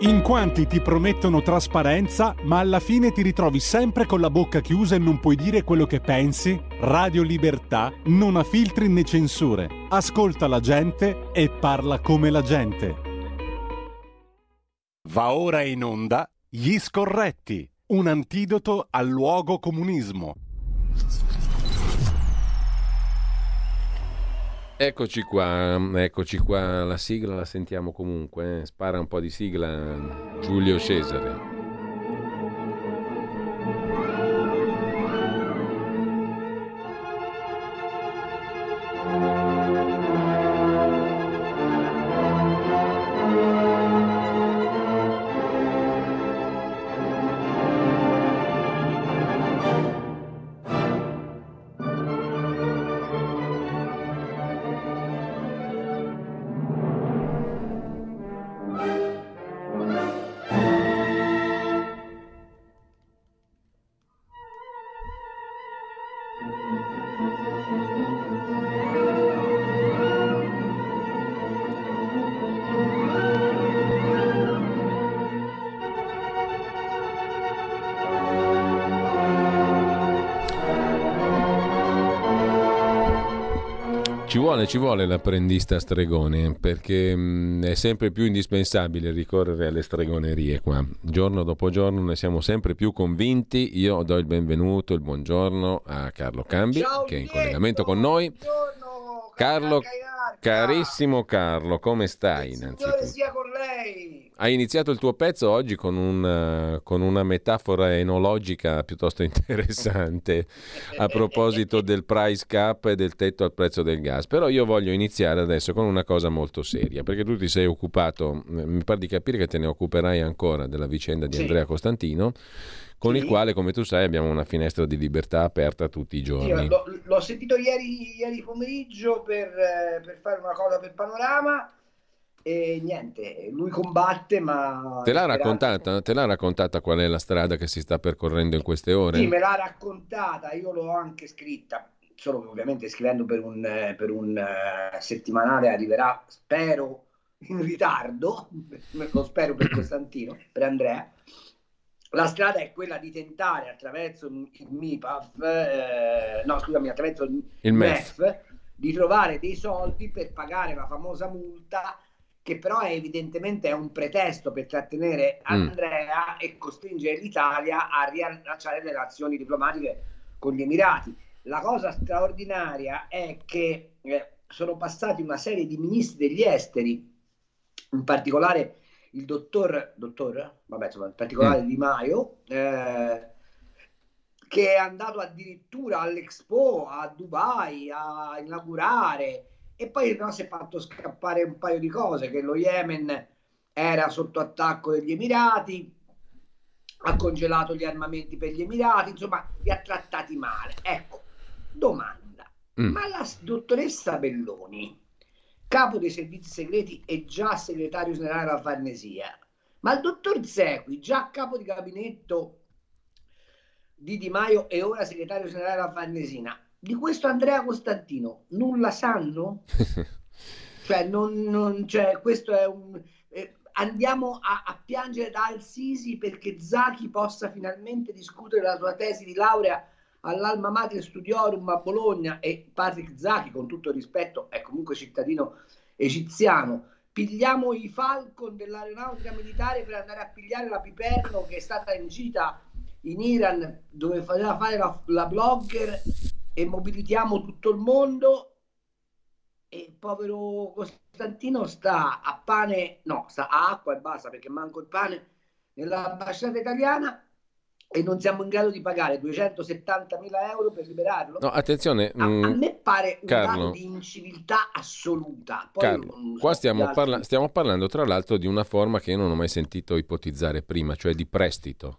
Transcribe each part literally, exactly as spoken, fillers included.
In quanti ti promettono trasparenza, ma alla fine ti ritrovi sempre con la bocca chiusa e non puoi dire quello che pensi? Radio Libertà non ha filtri né censure. Ascolta la gente e parla come la gente. Va ora in onda Gli Scorretti, un antidoto al luogo comunismo. Eccoci qua, eccoci qua, la sigla la sentiamo comunque, eh. Spara un po' di sigla Giulio Cesare. Ci vuole, ci vuole l'apprendista stregone, perché mh, è sempre più indispensabile ricorrere alle stregonerie qua. Giorno dopo giorno ne siamo sempre più convinti. Io do il benvenuto, il buongiorno a Carlo Cambi, Ciao, che è in Diego, collegamento con noi. Buongiorno, Carlo, Caiarca. carissimo Carlo, come stai Il Signore innanzitutto? sia con lei. Hai iniziato il tuo pezzo oggi con, un, con una metafora enologica piuttosto interessante a proposito del price cap e del tetto al prezzo del gas. Però io voglio iniziare adesso con una cosa molto seria, perché tu ti sei occupato, mi pare di capire che te ne occuperai ancora, della vicenda di Sì. Andrea Costantino, con Sì. il quale, come tu sai, abbiamo una finestra di libertà aperta tutti i giorni. Io l'ho, l'ho sentito ieri, ieri pomeriggio per, eh, per fare una cosa per Panorama e niente, lui combatte, ma... Te l'ha speranza- raccontata? Te l'ha raccontata qual è la strada che si sta percorrendo in queste ore? Sì, me l'ha raccontata, io l'ho anche scritta, solo che ovviamente scrivendo per un, eh, per un eh, settimanale arriverà, spero, in ritardo, lo spero per Costantino, per Andrea. La strada è quella di tentare attraverso il MIPAF, eh, no scusami, attraverso il, Il M E F. M E F, di trovare dei soldi per pagare la famosa multa, che però è evidentemente è un pretesto per trattenere Andrea e costringere l'Italia a riallacciare le relazioni diplomatiche con gli Emirati. La cosa straordinaria è che eh, sono passati una serie di ministri degli esteri, in particolare il dottor, dottor, vabbè, insomma, in particolare Mm. Di Maio, eh, che è andato addirittura all'Expo a Dubai a inaugurare, e poi però si è fatto scappare un paio di cose, che lo Yemen era sotto attacco degli Emirati, ha congelato gli armamenti per gli Emirati, insomma li ha trattati male. Ecco, domanda, Mm. ma la s- dottoressa Belloni, capo dei servizi segreti e già segretario generale della Farnesia, ma il dottor Zequi, già capo di gabinetto di Di Maio e ora segretario generale della Farnesina, di questo Andrea Costantino nulla sanno? Cioè, non, non, cioè questo è un... eh, andiamo a, a piangere da Al-Sisi perché Zaki possa finalmente discutere la sua tesi di laurea all'Alma Mater Studiorum a Bologna, e Patrick Zaki, con tutto il rispetto, è comunque cittadino egiziano. Pigliamo i Falcon dell'aeronautica militare per andare a pigliare la Piperno, che è stata in gita in Iran dove faceva fare la, la blogger, e mobilitiamo tutto il mondo, e il povero Costantino sta a pane, no, sta a acqua e basta, perché manco il pane nell'ambasciata italiana, e non siamo in grado di pagare duecentosettantamila euro per liberarlo. No, attenzione, A, a mm, me pare un Carlo. dato di inciviltà assoluta. Poi Carlo, non so qua stiamo, gli altri- parla- stiamo parlando tra l'altro di una forma che io non ho mai sentito ipotizzare prima, cioè di prestito.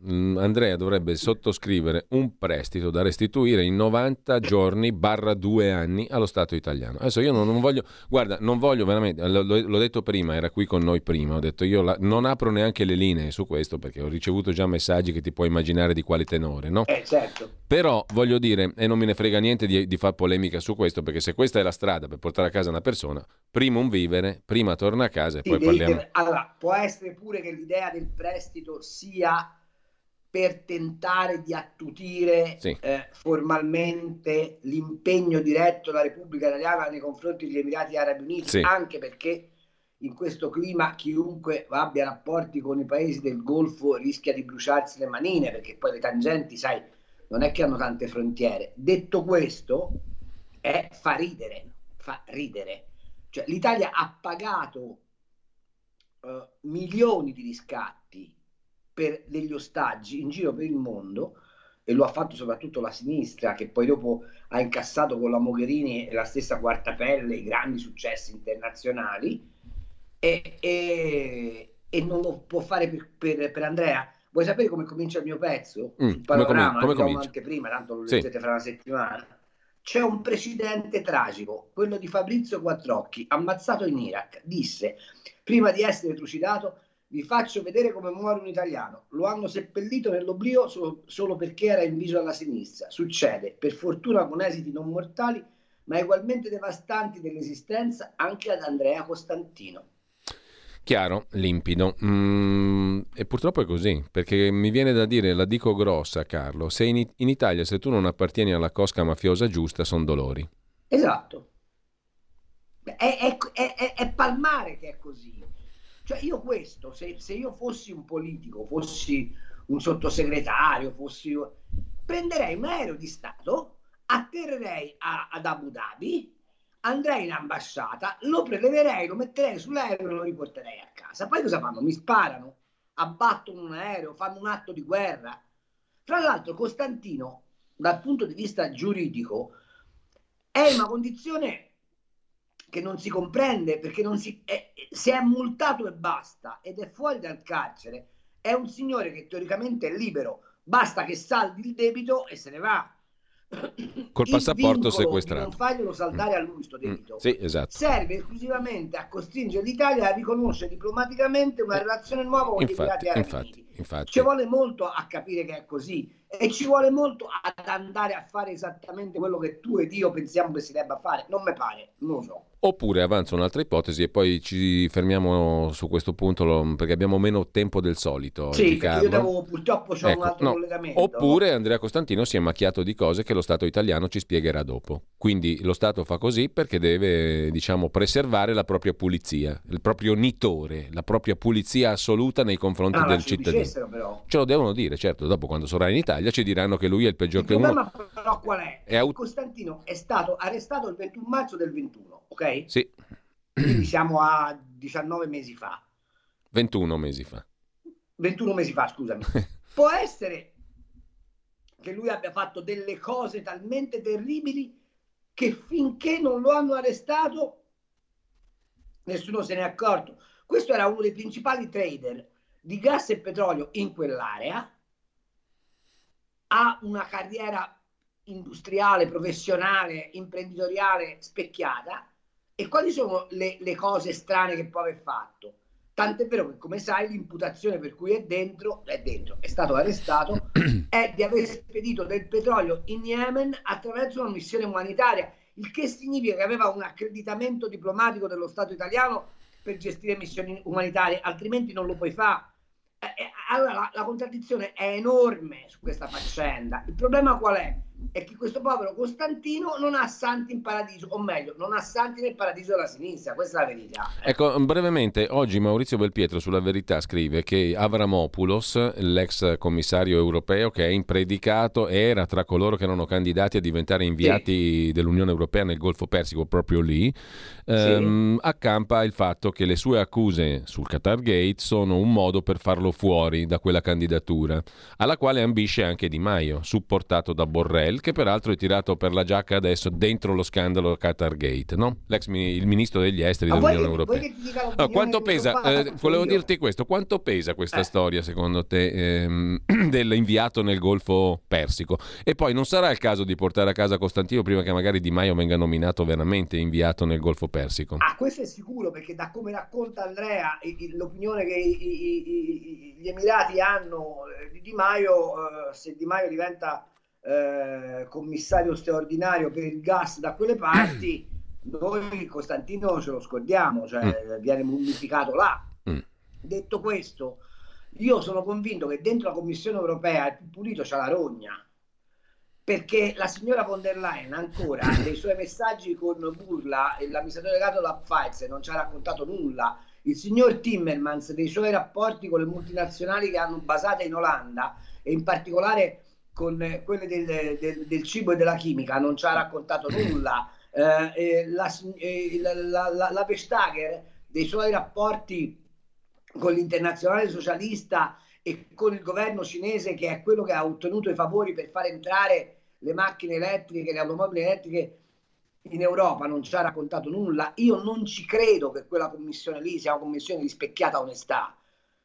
Andrea dovrebbe sottoscrivere un prestito da restituire in novanta giorni barra due anni allo Stato italiano. Adesso io non, non voglio, guarda, non voglio veramente, l- l'ho detto prima, era qui con noi prima, ho detto io la, non apro neanche le linee su questo perché ho ricevuto già messaggi che ti puoi immaginare di quale tenore, no? Eh, certo. Però voglio dire, e non me ne frega niente di, di far polemica su questo, perché se questa è la strada per portare a casa una persona, prima un vivere, prima torna a casa e sì, poi parliamo. Te... Allora, può essere pure che l'idea del prestito sia per tentare di attutire sì. eh, formalmente l'impegno diretto della Repubblica Italiana nei confronti degli Emirati Arabi Uniti, sì. anche perché in questo clima chiunque abbia rapporti con i paesi del Golfo rischia di bruciarsi le manine, perché poi le tangenti, sai, non è che hanno tante frontiere. Detto questo, eh, fa ridere, fa ridere. Cioè, l'Italia ha pagato eh, milioni di riscatti per degli ostaggi in giro per il mondo, e lo ha fatto soprattutto la sinistra, che poi dopo ha incassato con la Mogherini e la stessa Quarta Pelle i grandi successi internazionali, e, e, e non lo può fare per, per, per Andrea. Vuoi sapere come comincia il mio pezzo? Mm, sul panorama, come, come comincia? Prima, tanto lo leggete sì. fra una settimana. C'è un precedente tragico, quello di Fabrizio Quattrocchi, ammazzato in Iraq. Disse, prima di essere trucidato: vi faccio vedere come muore un italiano. Lo hanno seppellito nell'oblio solo, solo perché era in viso alla sinistra. Succede, per fortuna con esiti non mortali, ma ugualmente devastanti dell'esistenza, anche ad Andrea Costantino. Chiaro, limpido. Mm, e purtroppo è così, perché mi viene da dire, la dico grossa, Carlo, se in, in Italia se tu non appartieni alla cosca mafiosa giusta, sono dolori. Esatto. È, è, è, è palmare che è così. Cioè io questo, se, se io fossi un politico, fossi un sottosegretario, fossi, prenderei un aereo di Stato, atterrerei a, ad Abu Dhabi, andrei in ambasciata, lo preleverei, lo metterei sull'aereo e lo riporterei a casa. Poi cosa fanno? Mi sparano, abbattono un aereo, fanno un atto di guerra. Tra l'altro Costantino, dal punto di vista giuridico, è in una condizione che non si comprende, perché non si, è, se è multato e basta ed è fuori dal carcere, è un signore che teoricamente è libero, basta che saldi il debito e se ne va. Col il passaporto sequestrato. Non farglielo saldare mm. a lui sto debito. Mm. Sì, esatto. Serve esclusivamente a costringere l'Italia a riconoscere diplomaticamente una relazione nuova con infatti, gli Emirati Arabi infatti, Uniti. infatti. Ci vuole molto a capire che è così e ci vuole molto ad andare a fare esattamente quello che tu ed io pensiamo che si debba fare. Non mi pare, non lo so. Oppure avanzo un'altra ipotesi e poi ci fermiamo su questo punto perché abbiamo meno tempo del solito. Sì, perché io devo, purtroppo c'ho ecco, un altro no. collegamento. Oppure Andrea Costantino si è macchiato di cose che lo Stato italiano ci spiegherà dopo. Quindi lo Stato fa così perché deve, diciamo, preservare la propria pulizia, il proprio nitore, la propria pulizia assoluta nei confronti ah, del cittadino. Però. Ce lo devono dire, certo, dopo quando sarà in Italia ci diranno che lui è il peggior il che uno. Il problema però qual è? è aut- Costantino è stato arrestato il ventuno marzo del ventuno, ok? Sì. Quindi siamo a diciannove mesi fa. ventuno mesi fa. ventuno mesi fa, scusami. Può essere che lui abbia fatto delle cose talmente terribili che finché non lo hanno arrestato nessuno se ne è accorto. Questo era uno dei principali trader di gas e petrolio in quell'area, ha una carriera industriale, professionale, imprenditoriale specchiata. E quali sono le, le cose strane che può aver fatto? Tant'è vero che, come sai, l'imputazione per cui è dentro, è dentro, è stato arrestato, è di aver spedito del petrolio in Yemen attraverso una missione umanitaria, il che significa che aveva un accreditamento diplomatico dello Stato italiano per gestire missioni umanitarie, altrimenti non lo puoi fare. Eh, eh, allora la, la contraddizione è enorme su questa faccenda. Il problema qual è? È che questo povero Costantino non ha santi in paradiso, o meglio, non ha santi nel paradiso della sinistra, questa è la verità. Ecco, brevemente, oggi Maurizio Belpietro sulla Verità scrive che Avramopoulos, l'ex commissario europeo che è impredicato, era tra coloro che erano candidati a diventare inviati sì. dell'Unione Europea nel Golfo Persico, proprio lì, ehm, sì. accampa il fatto che le sue accuse sul Qatar Gate sono un modo per farlo fuori da quella candidatura, alla quale ambisce anche Di Maio, supportato da Borrell, Borrell, che peraltro è tirato per la giacca adesso dentro lo scandalo Qatargate, no? L'ex mi- il ministro degli esteri Ma dell'Unione vuoi che- vuoi Europea. che ti dica Allora, quanto l'opinione che mi pesa, sono eh, fatto volevo io? dirti questo, quanto pesa questa Eh. storia secondo te ehm, dell'inviato nel Golfo Persico? E poi non sarà il caso di portare a casa Costantino prima che magari Di Maio venga nominato veramente inviato nel Golfo Persico? Ah, questo è sicuro, perché da come racconta Andrea, i- i- l'opinione che i- i- i- gli Emirati hanno eh, di Di Maio, eh, se Di Maio diventa eh, commissario straordinario per il gas da quelle parti, noi Costantino ce lo scordiamo, cioè viene mummificato là. Mm. Detto questo, io sono convinto che dentro la Commissione europea il più pulito c'ha la rogna, perché la signora von der Leyen ancora nei suoi messaggi con Burla, l'amministratore delegato della Pfizer, non ci ha raccontato nulla. Il signor Timmermans dei suoi rapporti con le multinazionali che hanno basate in Olanda e in particolare con eh, quelle del, del, del cibo e della chimica non ci ha raccontato nulla. Eh, eh, la, eh, la, la, la, la Vestager dei suoi rapporti con l'internazionale socialista e con il governo cinese, che è quello che ha ottenuto i favori per far entrare le macchine elettriche, le automobili elettriche in Europa, non ci ha raccontato nulla. Io non ci credo che quella commissione lì sia una commissione di specchiata onestà,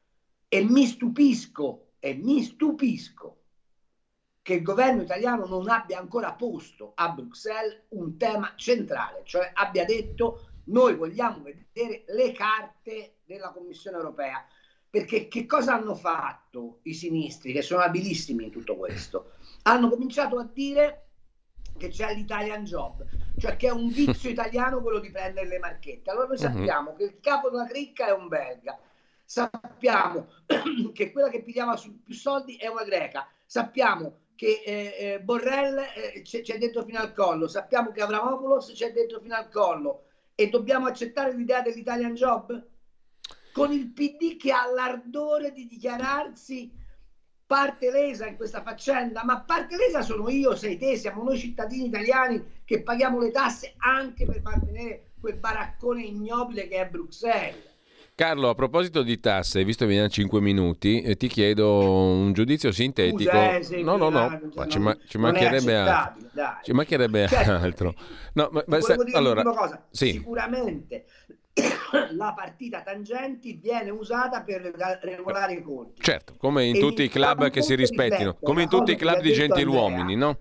e mi stupisco e mi stupisco che il governo italiano non abbia ancora posto a Bruxelles un tema centrale, cioè abbia detto: noi vogliamo vedere le carte della Commissione europea. Perché che cosa hanno fatto i sinistri, che sono abilissimi in tutto questo? Hanno cominciato a dire che c'è l'Italian Job, cioè che è un vizio italiano quello di prendere le marchette. Allora noi sappiamo che il capo della cricca è un belga, sappiamo che quella che pigliava su più soldi è una greca, sappiamo che eh, eh, Borrell eh, c'è, c'è dentro fino al collo, sappiamo che Avramopoulos c'è dentro fino al collo, e dobbiamo accettare l'idea dell'Italian Job? Con il P D che ha l'ardore di dichiararsi parte lesa in questa faccenda, ma parte lesa sono io, sei te, siamo noi cittadini italiani che paghiamo le tasse anche per mantenere quel baraccone ignobile che è Bruxelles. Carlo, a proposito di tasse, visto che veniamo cinque minuti, eh, ti chiedo un giudizio sintetico. Scusa, eh, se no, no, no, non, ma non, ci, ma- ci non mancherebbe altro. dai. Ci mancherebbe Certo, altro. No, ma, ma, volevo dire allora, un'ultima cosa. sì. Sicuramente la partita tangenti viene usata per regolare i conti. Certo, come in E tutti i club che si rispettino, come in tutti i club di gentiluomini, no?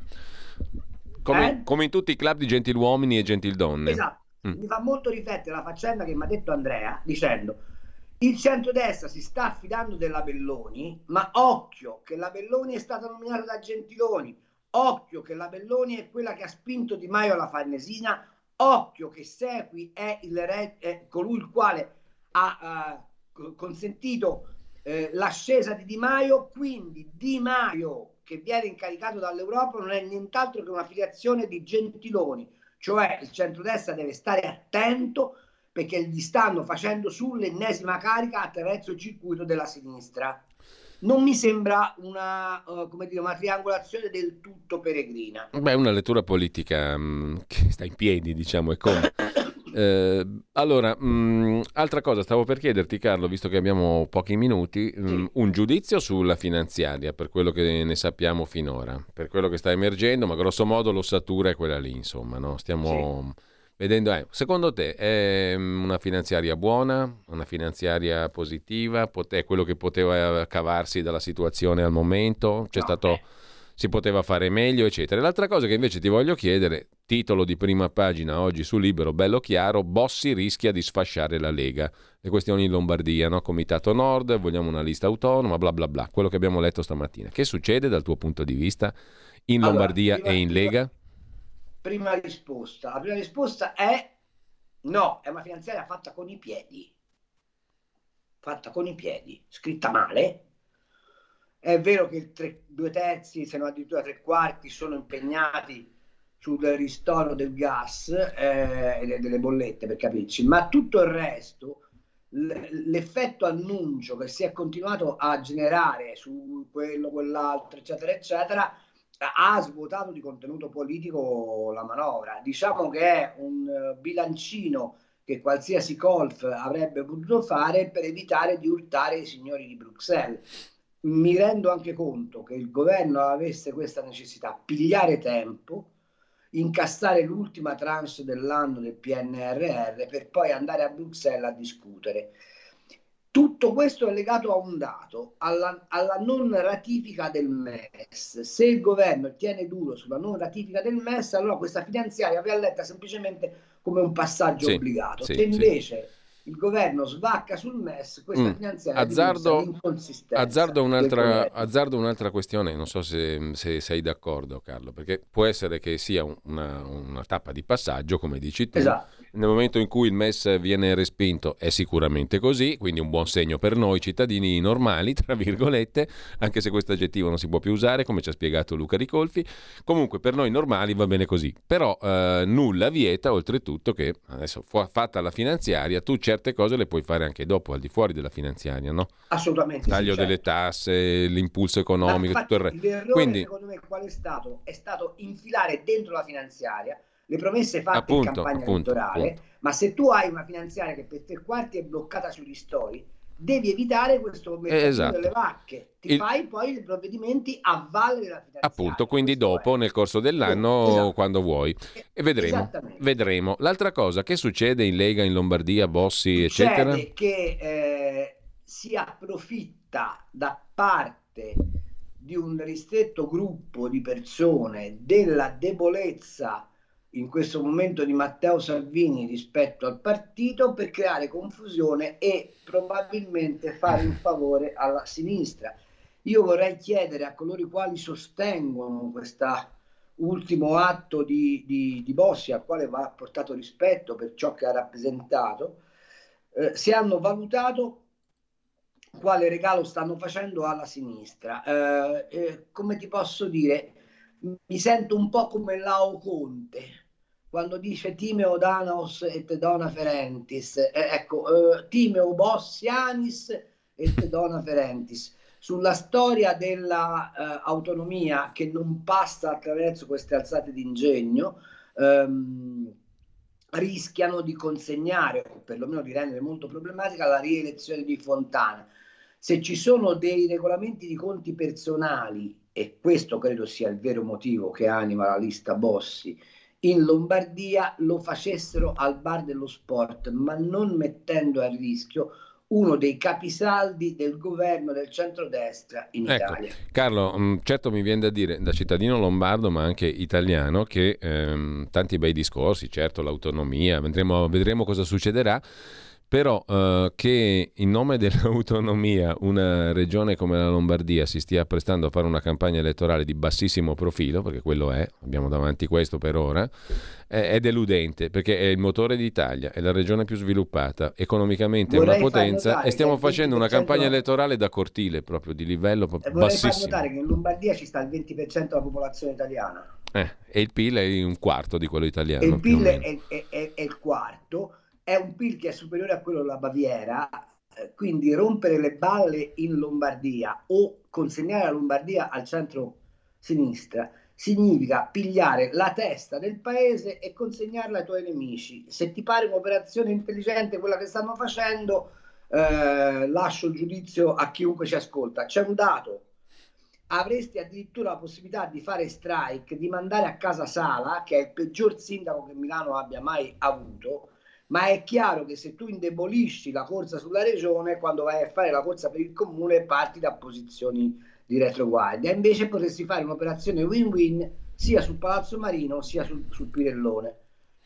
Come, Eh? come in tutti i club di gentiluomini e gentildonne. Esatto. Mm. Mi fa molto riflettere la faccenda che mi ha detto Andrea, dicendo: il centrodestra si sta affidando della Belloni, ma occhio che la Belloni è stata nominata da Gentiloni, occhio che la Belloni è quella che ha spinto Di Maio alla Farnesina, occhio che Segui è, il re, è colui il quale ha uh, consentito uh, l'ascesa di Di Maio. Quindi Di Maio, che viene incaricato dall'Europa, non è nient'altro che una filiazione di Gentiloni, cioè il centrodestra deve stare attento, perché gli stanno facendo su l'ennesima carica attraverso il circuito della sinistra. Non mi sembra una, uh, come dire, una triangolazione del tutto peregrina. Beh, una lettura politica mh, che sta in piedi, diciamo, e come. Eh, allora, mh, altra cosa, stavo per chiederti, Carlo, visto che abbiamo pochi minuti, mh, Sì. un giudizio sulla finanziaria, per quello che ne sappiamo finora, per quello che sta emergendo, ma grosso modo l'ossatura è quella lì, insomma, no? Stiamo... Sì. Vedendo, eh, secondo te è una finanziaria buona, una finanziaria positiva, è quello che poteva cavarsi dalla situazione al momento, c'è No, stato, eh. si poteva fare meglio, eccetera. L'altra cosa che invece ti voglio chiedere, titolo di prima pagina oggi su Libero, bello chiaro: Bossi rischia di sfasciare la Lega, le questioni in Lombardia, no? Comitato Nord, vogliamo una lista autonoma, bla bla bla, quello che abbiamo letto stamattina. Che succede dal tuo punto di vista in Allora, Lombardia prima- e in prima- Lega? Prima risposta. La prima risposta è no, è una finanziaria fatta con i piedi. Fatta con i piedi, scritta male. È vero che il tre, due terzi, se non addirittura tre quarti, sono impegnati sul ristoro del gas eh, e delle bollette, per capirci, ma tutto il resto, l- l'effetto annuncio che si è continuato a generare su quello, quell'altro, eccetera, eccetera, ha svuotato di contenuto politico la manovra. Diciamo che è un uh, bilancino che qualsiasi colf avrebbe potuto fare per evitare di urtare i signori di Bruxelles. mi rendo anche conto che il governo avesse questa necessità, pigliare tempo, incassare l'ultima tranche dell'anno del P N R R per poi andare a Bruxelles a discutere. Tutto questo è legato a un dato, alla, alla non ratifica del M E S. Se il governo tiene duro sulla non ratifica del M E S, allora questa finanziaria va letta semplicemente come un passaggio sì, obbligato. Sì, Se invece sì. il governo svacca sul M E S, questa mm. finanziaria azzardo, inconsistenza. Azzardo un'altra, azzardo un'altra questione, non so se, se sei d'accordo, Carlo, perché può essere che sia una, una tappa di passaggio, come dici tu. Esatto. Nel momento in cui il M E S viene respinto è sicuramente così, quindi un buon segno per noi cittadini normali, tra virgolette, anche se questo aggettivo non si può più usare, come ci ha spiegato Luca Ricolfi. Comunque per noi normali va bene così, però eh, nulla vieta oltretutto che adesso fatta la finanziaria tu certe cose le puoi fare anche dopo, al di fuori della finanziaria, no? Assolutamente. Taglio sì, delle certo. tasse, l'impulso economico, infatti, tutto il resto. L'errore quindi, secondo me qual è stato? È stato infilare dentro la finanziaria le promesse fatte appunto, in campagna appunto, elettorale, appunto. Ma se tu hai una finanziaria che per tre quarti è bloccata sui ristori, devi evitare questo mercato esatto. delle vacche. Ti Il... fai poi i provvedimenti a valle della finanziaria. Appunto, quindi questo dopo, è. nel corso dell'anno, esatto. quando vuoi. E vedremo, vedremo. L'altra cosa, che succede in Lega, in Lombardia, Bossi, succede eccetera? Succede che eh, si approfitta da parte di un ristretto gruppo di persone della debolezza in questo momento di Matteo Salvini rispetto al partito per creare confusione e probabilmente fare un favore alla sinistra. Io vorrei chiedere a coloro i quali sostengono questo ultimo atto di, di, di Bossi, al quale va portato rispetto per ciò che ha rappresentato, eh, se hanno valutato quale regalo stanno facendo alla sinistra. Eh, eh, come ti posso dire, mi sento un po' come Lao Conte quando dice Timeo Danaos et dona ferentis, eh, ecco, eh, Timeo Bossianis et dona ferentis, sulla storia dell'autonomia eh, che non passa attraverso queste alzate d'ingegno, ehm, rischiano di consegnare, o perlomeno di rendere molto problematica, la rielezione di Fontana. Se ci sono dei regolamenti di conti personali, e questo credo sia il vero motivo che anima la lista Bossi, in Lombardia lo facessero al bar dello sport, ma non mettendo a rischio uno dei capisaldi del governo del centrodestra in ecco, Italia. Carlo, certo mi viene da dire, da cittadino lombardo ma anche italiano, che ehm, tanti bei discorsi, certo l'autonomia, vedremo, vedremo cosa succederà, però eh, che in nome dell'autonomia una regione come la Lombardia si stia prestando a fare una campagna elettorale di bassissimo profilo, perché quello è, abbiamo davanti questo per ora, è, è deludente, perché è il motore d'Italia, è la regione più sviluppata, economicamente vorrei è una potenza e stiamo facendo una campagna elettorale da cortile, proprio di livello vorrei bassissimo. Vorrei far notare che in Lombardia ci sta il venti per cento della popolazione italiana. Eh, e il P I L è un quarto di quello italiano. E il P I L è, è, è, è il quarto. È un P I L che è superiore a quello della Baviera, quindi rompere le balle in Lombardia o consegnare la Lombardia al centro-sinistra significa pigliare la testa del paese e consegnarla ai tuoi nemici. Se ti pare un'operazione intelligente quella che stanno facendo, eh, lascio il giudizio a chiunque ci ascolta. C'è un dato: avresti addirittura la possibilità di fare strike, di mandare a casa Sala, che è il peggior sindaco che Milano abbia mai avuto. Ma è chiaro che se tu indebolisci la corsa sulla regione, quando vai a fare la corsa per il comune parti da posizioni di retroguardia. Invece potresti fare un'operazione win-win sia sul Palazzo Marino sia sul, sul Pirellone.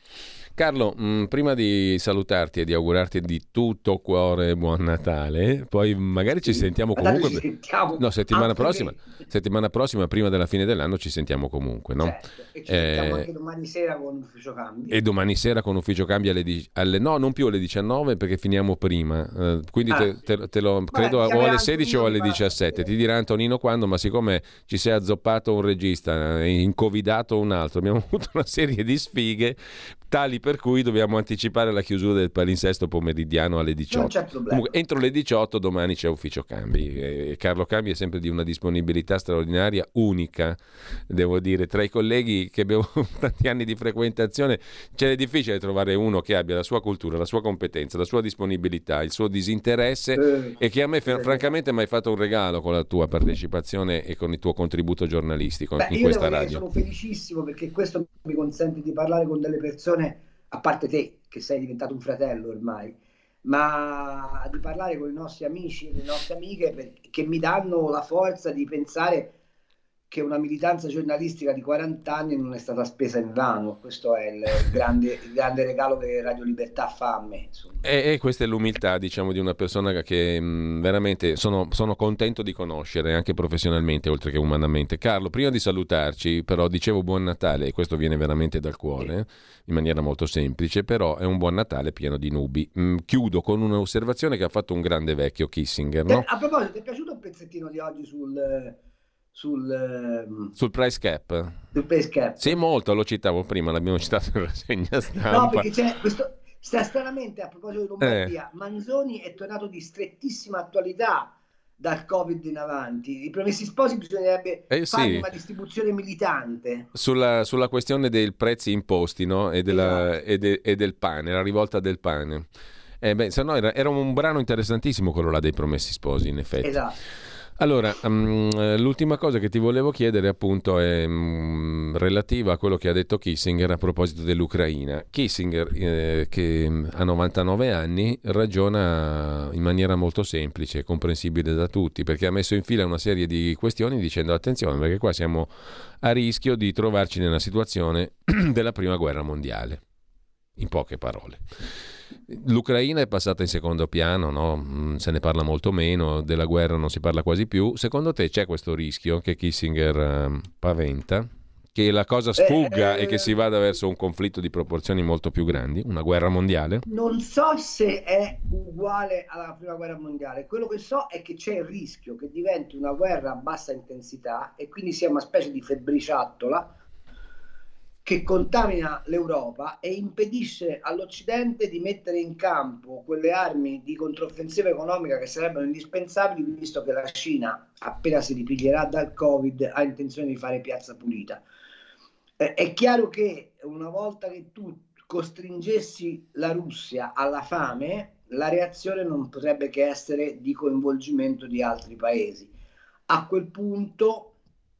Carlo, mh, prima di salutarti e di augurarti di tutto cuore buon Natale, poi magari ci sì, sentiamo comunque. Ci sentiamo no, settimana prossima, settimana prossima, prima della fine dell'anno, ci sentiamo comunque, no? Certo. E ci eh, sentiamo anche domani sera con Ufficio Cambi. E domani sera con Ufficio Cambi alle, alle no, non più alle diciannove perché finiamo prima. Uh, quindi ah, te, te, te lo Vabbè, credo o alle sedici o alle diciassette. Ti dirà Antonino quando, ma siccome ci sei azzoppato un regista, incovidato un altro, abbiamo avuto una serie di sfighe. tali per cui dobbiamo anticipare la chiusura del palinsesto pomeridiano alle diciotto. Non c'è problema. Comunque, entro le diciotto domani c'è ufficio cambi. E Carlo Cambi è sempre di una disponibilità straordinaria, unica, devo dire. Tra i colleghi che abbiamo tanti anni di frequentazione c'è difficile trovare uno che abbia la sua cultura, la sua competenza, la sua disponibilità, il suo disinteresse Eh, e che a me eh, francamente mi hai fatto un regalo con la tua partecipazione e con il tuo contributo giornalistico Beh, in io questa devo dire che radio. sono felicissimo perché questo mi consente di parlare con delle persone, a parte te, che sei diventato un fratello ormai, ma di parlare con i nostri amici e le nostre amiche per- che mi danno la forza di pensare che una militanza giornalistica di quaranta anni non è stata spesa invano. Questo è il grande, il grande regalo che Radio Libertà fa a me, insomma. E, e questa è l'umiltà, diciamo, di una persona che mh, veramente sono, sono contento di conoscere, anche professionalmente, oltre che umanamente. Carlo, prima di salutarci, però, dicevo buon Natale, e questo viene veramente dal cuore, in maniera molto semplice, però è un buon Natale pieno di nubi. Mh, chiudo con un'osservazione che ha fatto un grande vecchio Kissinger, no? Te- a proposito, ti è piaciuto il pezzettino di oggi sul, sul, ehm, Sul price cap. sul Pace Cap? Sì, molto, lo citavo prima, l'abbiamo citato in rassegna No, stampa. perché c'è questo. Sta stranamente, a proposito di Lombardia, Manzoni è tornato di strettissima attualità dal Covid in avanti. I Promessi Sposi bisognerebbe Eh, fare sì. una distribuzione militante. Sulla, sulla questione dei prezzi imposti, no? E, della- Esatto. e de- e del pane, la rivolta del pane. Eh, beh, se no era, era un brano interessantissimo quello là dei Promessi Sposi, in effetti. Esatto. Allora, mm, l'ultima cosa che ti volevo chiedere appunto è mm, relativa a quello che ha detto Kissinger a proposito dell'Ucraina. Kissinger, eh, che mm, ha novantanove anni, ragiona in maniera molto semplice e comprensibile da tutti, perché ha messo in fila una serie di questioni dicendo attenzione, perché qua siamo a rischio di trovarci nella situazione della prima guerra mondiale. In poche parole. L'Ucraina è passata in secondo piano, no? Mm, se ne parla molto meno, della guerra non si parla quasi più. Secondo te c'è questo rischio che Kissinger eh, paventa? Che la cosa sfugga Eh, e che si vada verso un conflitto di proporzioni molto più grandi? Una guerra mondiale? Non so se è uguale alla prima guerra mondiale. Quello che so è che c'è il rischio che diventi una guerra a bassa intensità e quindi sia una specie di febbriciattola che contamina l'Europa e impedisce all'Occidente di mettere in campo quelle armi di controffensiva economica che sarebbero indispensabili, visto che la Cina, appena si ripiglierà dal Covid, ha intenzione di fare piazza pulita. Eh, è chiaro che una volta che tu costringessi la Russia alla fame, la reazione non potrebbe che essere di coinvolgimento di altri paesi. A quel punto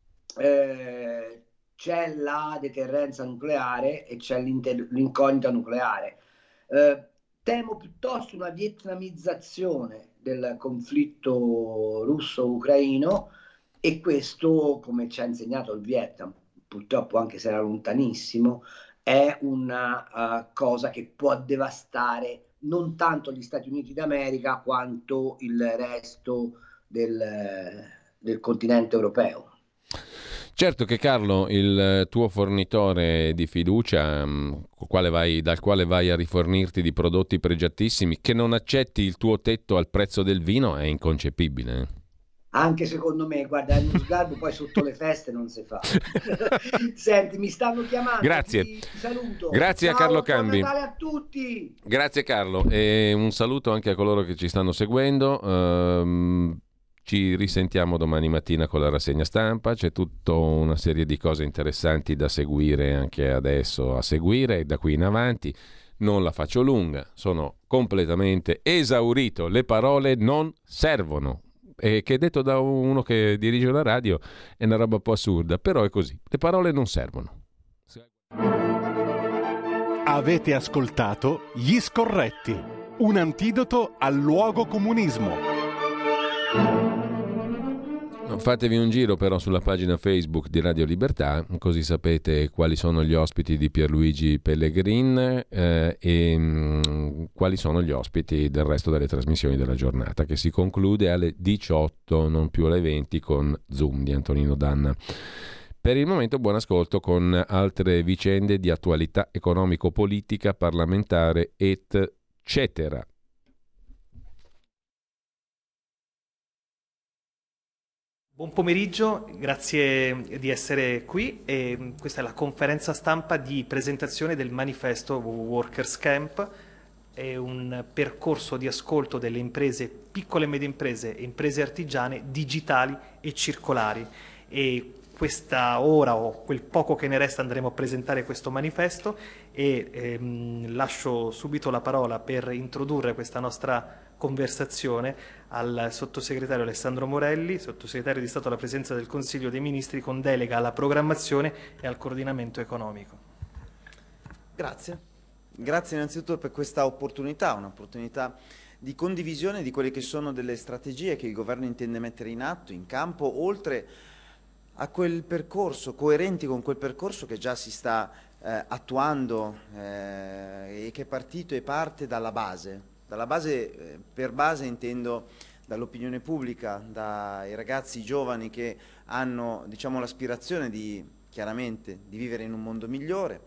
eh, c'è la deterrenza nucleare e c'è l'incognita nucleare. Eh, temo piuttosto una vietnamizzazione del conflitto russo-ucraino e questo, come ci ha insegnato il Vietnam, purtroppo anche se era lontanissimo, è una uh, cosa che può devastare non tanto gli Stati Uniti d'America quanto il resto del, del continente europeo. Certo che Carlo, il tuo fornitore di fiducia, mh, quale vai, dal quale vai a rifornirti di prodotti pregiatissimi, che non accetti il tuo tetto al prezzo del vino è inconcepibile. Anche secondo me, guarda, è uno sgarbo, poi sotto le feste non si fa. Senti, mi stanno chiamando. Grazie. Ti, ti saluto. Grazie Ciao, a Carlo buon Cambi. Natale a tutti. Grazie Carlo e un saluto anche a coloro che ci stanno seguendo. Ehm, ci risentiamo domani mattina con la rassegna stampa, c'è tutta una serie di cose interessanti da seguire anche adesso a seguire e da qui in avanti. Non la faccio lunga, sono completamente esaurito, le parole non servono. E che detto da uno che dirige la radio è una roba un po' assurda, però è così, le parole non servono. Avete ascoltato Gli Scorretti, un antidoto al luogo comunismo. Fatevi un giro però sulla pagina Facebook di Radio Libertà, così sapete quali sono gli ospiti di Pierluigi Pellegrin eh, e mh, quali sono gli ospiti del resto delle trasmissioni della giornata, che si conclude alle diciotto, non più alle venti, con Zoom di Antonino Danna. Per il momento buon ascolto con altre vicende di attualità economico-politica, parlamentare, et cetera. Buon pomeriggio, grazie di essere qui. E questa è la conferenza stampa di presentazione del manifesto Workers Camp. È un percorso di ascolto delle imprese, piccole e medie imprese e imprese artigiane digitali e circolari. E questa ora o quel poco che ne resta andremo a presentare questo manifesto e ehm, lascio subito la parola per introdurre questa nostra conversazione al sottosegretario Alessandro Morelli, sottosegretario di Stato alla Presidenza del Consiglio dei Ministri con delega alla programmazione e al coordinamento economico. Grazie, grazie innanzitutto per questa opportunità, un'opportunità di condivisione di quelle che sono delle strategie che il Governo intende mettere in atto, in campo, oltre a quel percorso, coerenti con quel percorso che già si sta eh, attuando eh, e che è partito e parte dalla base. Dalla base, eh, per base intendo dall'opinione pubblica, dai ragazzi giovani che hanno, diciamo, l'aspirazione di, chiaramente, di vivere in un mondo migliore,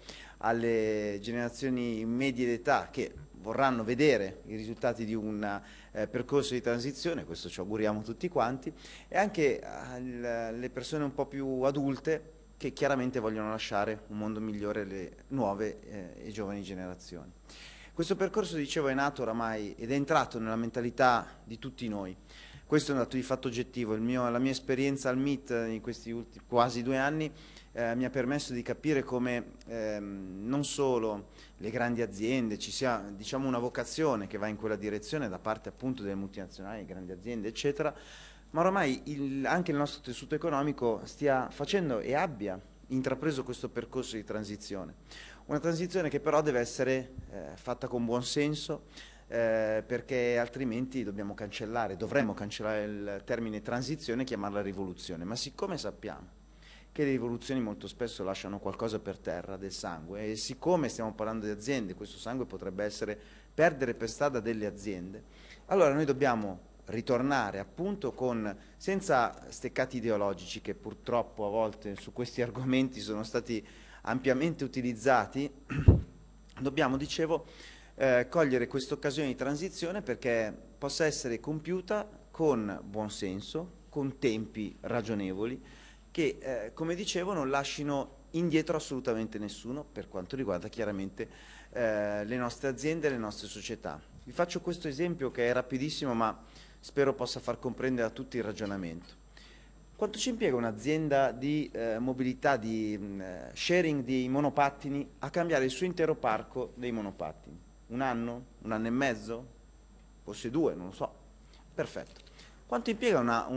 alle generazioni medie d'età che vorranno vedere i risultati di un eh, percorso di transizione, questo ci auguriamo tutti quanti, e anche alle persone un po' più adulte che chiaramente vogliono lasciare un mondo migliore alle nuove eh, e giovani generazioni. Questo percorso, dicevo, è nato oramai ed è entrato nella mentalità di tutti noi. Questo è un dato di fatto oggettivo. Il mio, la mia esperienza al M I T in questi ultimi, quasi due anni eh, mi ha permesso di capire come ehm, non solo le grandi aziende, ci sia, diciamo, una vocazione che va in quella direzione da parte appunto delle multinazionali, grandi aziende, eccetera, ma ormai il, anche il nostro tessuto economico stia facendo e abbia intrapreso questo percorso di transizione. Una transizione che però deve essere eh, fatta con buon senso, eh, perché altrimenti dobbiamo cancellare, dovremmo cancellare il termine transizione e chiamarla rivoluzione. Ma siccome sappiamo che le rivoluzioni molto spesso lasciano qualcosa per terra, del sangue, e siccome stiamo parlando di aziende, questo sangue potrebbe essere perdere per strada delle aziende, allora noi dobbiamo ritornare appunto con, senza steccati ideologici che purtroppo a volte su questi argomenti sono stati ampiamente utilizzati, dobbiamo, dicevo, eh, cogliere questa occasione di transizione perché possa essere compiuta con buon senso, con tempi ragionevoli, che, eh, come dicevo, non lasciano indietro assolutamente nessuno per quanto riguarda chiaramente eh, le nostre aziende e le nostre società. Vi faccio questo esempio che è rapidissimo, ma spero possa far comprendere a tutti il ragionamento. Quanto ci impiega un'azienda di eh, mobilità, di mh, sharing di monopattini a cambiare il suo intero parco dei monopattini? Un anno? Un anno e mezzo? Forse due, non lo so. Perfetto. Quanto impiega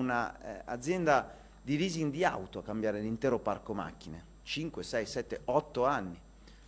un'azienda una, eh, di leasing di auto a cambiare l'intero parco macchine? cinque, sei, sette, otto anni.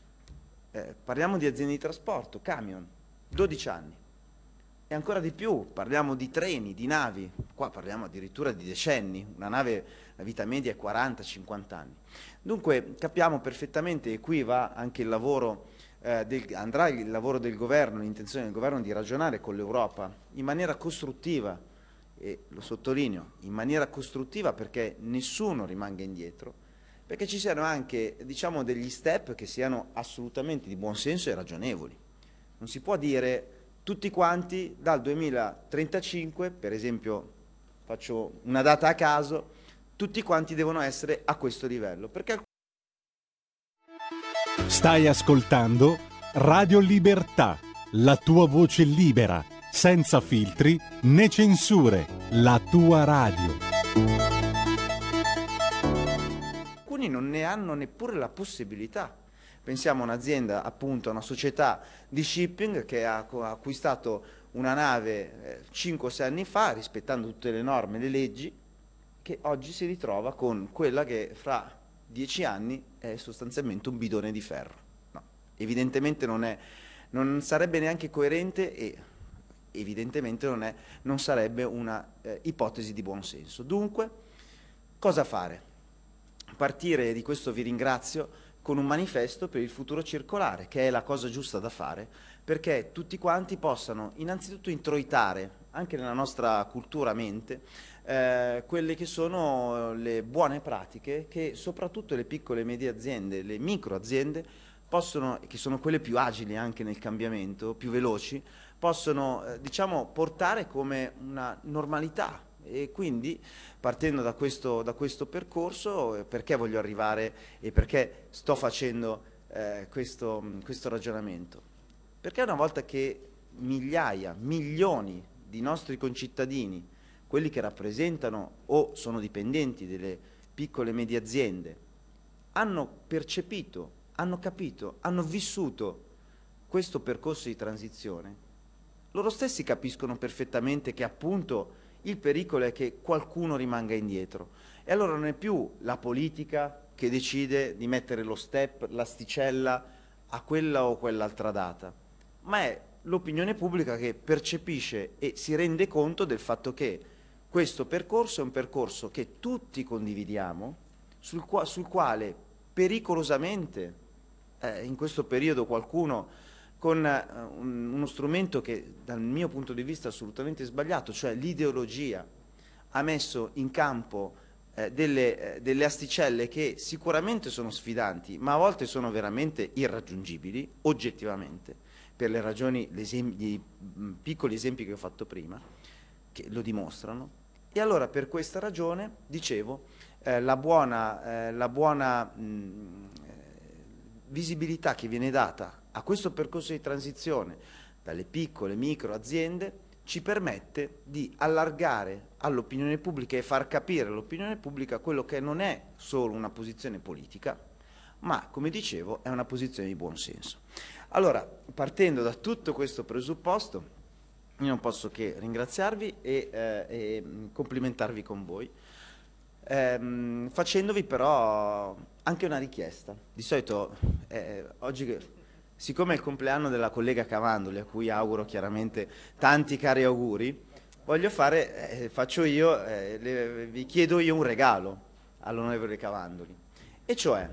Eh, parliamo di aziende di trasporto, camion, dodici anni. E ancora di più, parliamo di treni, di navi, qua parliamo addirittura di decenni, una nave, la vita media è quaranta cinquanta anni. Dunque capiamo perfettamente, e qui va anche il lavoro, eh, del, andrà il lavoro del governo, l'intenzione del governo di ragionare con l'Europa in maniera costruttiva, e lo sottolineo, in maniera costruttiva perché nessuno rimanga indietro, perché ci siano anche, diciamo, degli step che siano assolutamente di buon senso e ragionevoli. Non si può dire tutti quanti dal duemilatrentacinque, per esempio, faccio una data a caso, tutti quanti devono essere a questo livello. Perché... Stai ascoltando Radio Libertà, la tua voce libera, senza filtri né censure, la tua radio. Alcuni non ne hanno neppure la possibilità. Pensiamo a un'azienda, appunto, a una società di shipping che ha acquistato una nave cinque o sei anni fa, rispettando tutte le norme e le leggi, che oggi si ritrova con quella che fra dieci anni è sostanzialmente un bidone di ferro. No, evidentemente non, è, non sarebbe neanche coerente e evidentemente non, è, non sarebbe una eh, ipotesi di buon senso. Dunque, cosa fare? Partire, di questo vi ringrazio, con un manifesto per il futuro circolare, che è la cosa giusta da fare, perché tutti quanti possano innanzitutto introitare, anche nella nostra cultura mente, eh, quelle che sono le buone pratiche che soprattutto le piccole e medie aziende, le micro aziende, possono, che sono quelle più agili anche nel cambiamento, più veloci, possono eh, diciamo, portare come una normalità E quindi, partendo da questo, da questo percorso, perché voglio arrivare e perché sto facendo eh, questo, questo ragionamento? Perché una volta che migliaia, milioni di nostri concittadini, quelli che rappresentano o sono dipendenti delle piccole e medie aziende, hanno percepito, hanno capito, hanno vissuto questo percorso di transizione, loro stessi capiscono perfettamente che appunto il pericolo è che qualcuno rimanga indietro. E allora non è più la politica che decide di mettere lo step, l'asticella a quella o quell'altra data, ma è l'opinione pubblica che percepisce e si rende conto del fatto che questo percorso è un percorso che tutti condividiamo, sul, qua, sul quale pericolosamente eh, in questo periodo qualcuno con uh, un, uno strumento che dal mio punto di vista è assolutamente sbagliato, cioè l'ideologia, ha messo in campo eh, delle, eh, delle asticelle che sicuramente sono sfidanti, ma a volte sono veramente irraggiungibili, oggettivamente, per le ragioni, gli piccoli esempi che ho fatto prima, che lo dimostrano. E allora per questa ragione, dicevo, eh, la buona, eh, la buona mh, visibilità che viene data a questo percorso di transizione dalle piccole, micro aziende ci permette di allargare all'opinione pubblica e far capire all'opinione pubblica quello che non è solo una posizione politica, ma, come dicevo, è una posizione di buon senso. Allora, partendo da tutto questo presupposto, io non posso che ringraziarvi e, eh, e complimentarvi con voi, ehm, facendovi però anche una richiesta. Di solito, eh, oggi, siccome è il compleanno della collega Cavandoli, a cui auguro chiaramente tanti cari auguri, voglio fare, eh, faccio io, eh, le, vi chiedo io un regalo all'onorevole Cavandoli, e cioè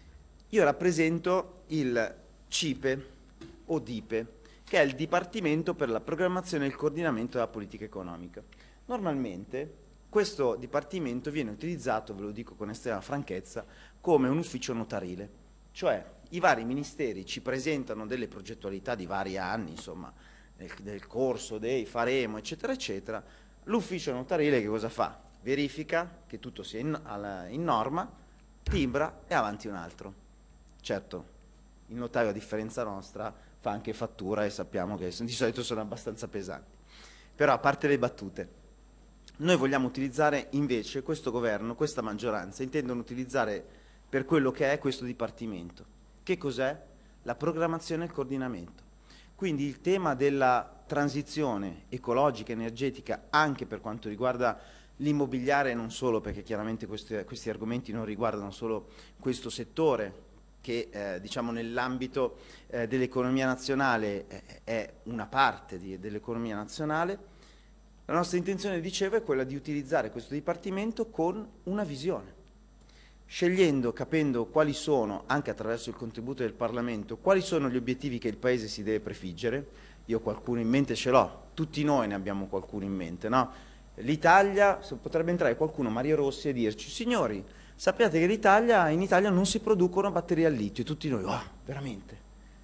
io rappresento il CIPE o DIPE, che è il Dipartimento per la Programmazione e il Coordinamento della Politica Economica. Normalmente questo dipartimento viene utilizzato, ve lo dico con estrema franchezza, come un ufficio notarile, cioè i vari ministeri ci presentano delle progettualità di vari anni, insomma, nel, nel corso dei faremo, eccetera, eccetera. L'ufficio notarile che cosa fa? Verifica che tutto sia in, alla, in norma, timbra e avanti un altro. Certo, il notaio, a differenza nostra, fa anche fattura e sappiamo che di solito sono abbastanza pesanti. Però, a parte le battute, noi vogliamo utilizzare invece, questo governo, questa maggioranza, intendono utilizzare per quello che è questo dipartimento. Che cos'è? La programmazione e il coordinamento. Quindi il tema della transizione ecologica e energetica, anche per quanto riguarda l'immobiliare e non solo, perché chiaramente questi, questi argomenti non riguardano solo questo settore, che eh, diciamo nell'ambito eh, dell'economia nazionale eh, è una parte dell'economia nazionale. La nostra intenzione, dicevo, è quella di utilizzare questo dipartimento con una visione, scegliendo, capendo quali sono, anche attraverso il contributo del Parlamento, quali sono gli obiettivi che il Paese si deve prefiggere. Io qualcuno in mente ce l'ho, tutti noi ne abbiamo qualcuno in mente, no? L'Italia, potrebbe entrare qualcuno, Mario Rossi, e dirci: signori, sappiate che l'Italia, in Italia non si producono batterie al litio, e tutti noi, oh, veramente?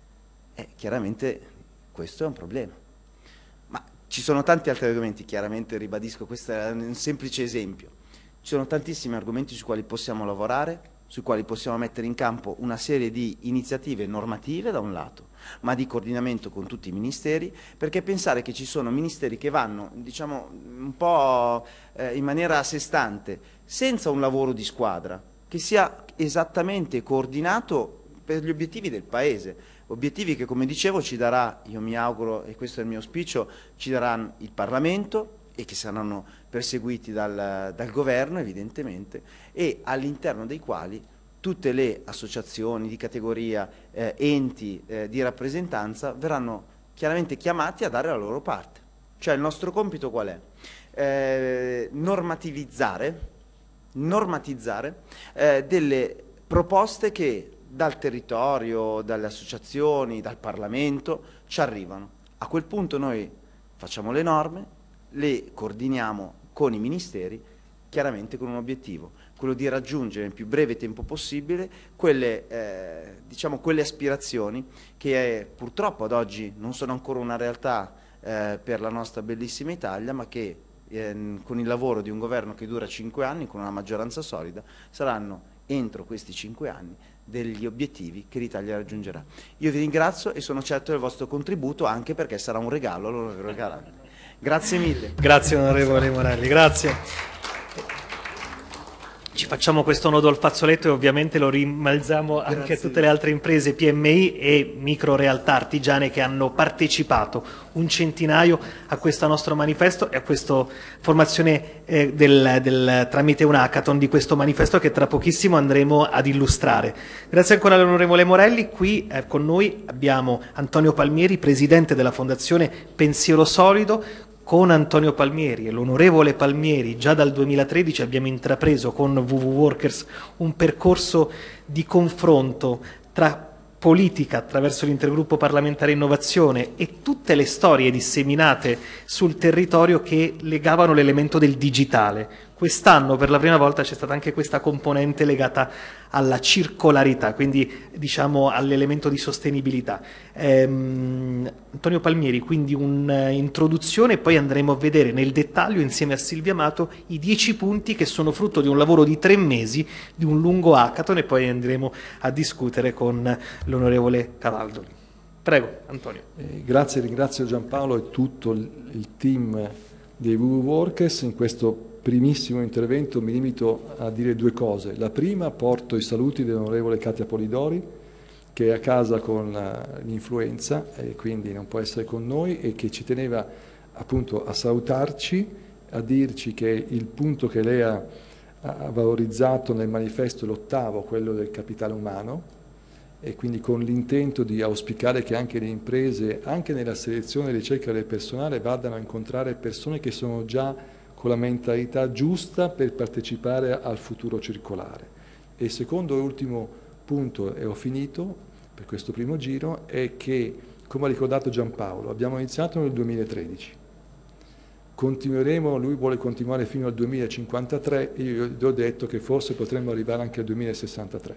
Eh, chiaramente questo è un problema. Ma ci sono tanti altri argomenti, chiaramente ribadisco, questo è un semplice esempio. Ci sono tantissimi argomenti sui quali possiamo lavorare, sui quali possiamo mettere in campo una serie di iniziative normative da un lato, ma di coordinamento con tutti i ministeri, perché pensare che ci sono ministeri che vanno, diciamo, un po' eh, in maniera a sé stante, senza un lavoro di squadra, che sia esattamente coordinato per gli obiettivi del Paese, obiettivi che, come dicevo, ci darà, io mi auguro, e questo è il mio auspicio, ci darà il Parlamento, e che saranno perseguiti dal, dal governo evidentemente, e all'interno dei quali tutte le associazioni di categoria, eh, enti eh, di rappresentanza verranno chiaramente chiamati a dare la loro parte. Cioè il nostro compito qual è? Eh, normativizzare, normatizzare eh, delle proposte che dal territorio, dalle associazioni, dal Parlamento ci arrivano. A quel punto noi facciamo le norme, le coordiniamo con i ministeri, chiaramente con un obiettivo, quello di raggiungere nel più breve tempo possibile quelle, eh, diciamo, quelle aspirazioni che eh, purtroppo ad oggi non sono ancora una realtà eh, per la nostra bellissima Italia, ma che ehm, con il lavoro di un governo che dura cinque anni, con una maggioranza solida, saranno entro questi cinque anni degli obiettivi che l'Italia raggiungerà. Io vi ringrazio e sono certo del vostro contributo, anche perché sarà un regalo, lo regalate. Grazie mille. Grazie onorevole Morelli, grazie. Ci facciamo questo nodo al fazzoletto e ovviamente lo rimalziamo anche Grazie. a tutte le altre imprese P M I e micro realtà artigiane che hanno partecipato, un centinaio, a questo nostro manifesto e a questa formazione eh, del, del, tramite un hackathon di questo manifesto che tra pochissimo andremo ad illustrare. Grazie ancora all'onorevole Morelli. Qui eh, con noi abbiamo Antonio Palmieri, presidente della Fondazione Pensiero Solido. Con Antonio Palmieri e l'onorevole Palmieri già dal duemilatredici abbiamo intrapreso con W W Workers un percorso di confronto tra politica attraverso l'intergruppo parlamentare innovazione e tutte le storie disseminate sul territorio che legavano l'elemento del digitale. Quest'anno per la prima volta c'è stata anche questa componente legata alla circolarità, quindi diciamo all'elemento di sostenibilità. Ehm, Antonio Palmieri, quindi un'introduzione e poi andremo a vedere nel dettaglio insieme a Silvia Amato i dieci punti che sono frutto di un lavoro di tre mesi, di un lungo hackathon, e poi andremo a discutere con l'onorevole Cavaldoli. Prego, Antonio. Eh, grazie, ringrazio Giampaolo e tutto il, il team dei W W Workers. In questo primissimo intervento mi limito a dire due cose. La prima, porto i saluti dell'onorevole Katia Polidori, che è a casa con l'influenza e quindi non può essere con noi, e che ci teneva appunto a salutarci, a dirci che il punto che lei ha, ha valorizzato nel manifesto è l'ottavo, quello del capitale umano, e quindi con l'intento di auspicare che anche le imprese, anche nella selezione e ricerca del personale, vadano a incontrare persone che sono già con la mentalità giusta per partecipare al futuro circolare. E il secondo e ultimo punto, e ho finito per questo primo giro, è che, come ha ricordato Giampaolo, abbiamo iniziato nel duemilatredici, continueremo, lui vuole continuare fino al duemilacinquantatré, e io gli ho detto che forse potremmo arrivare anche al duemilasessantatré.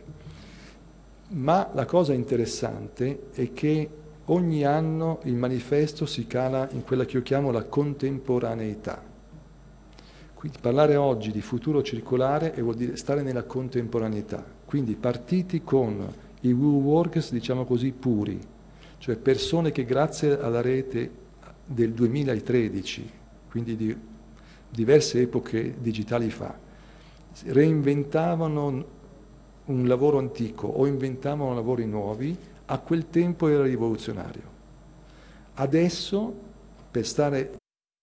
Ma la cosa interessante è che ogni anno il manifesto si cala in quella che io chiamo la contemporaneità. Quindi parlare oggi di futuro circolare e vuol dire stare nella contemporaneità, quindi partiti con i W W Workers, diciamo così, puri, cioè persone che grazie alla rete del duemilatredici, quindi di diverse epoche digitali fa, reinventavano un lavoro antico o inventavano lavori nuovi, a quel tempo era rivoluzionario. Adesso, per stare,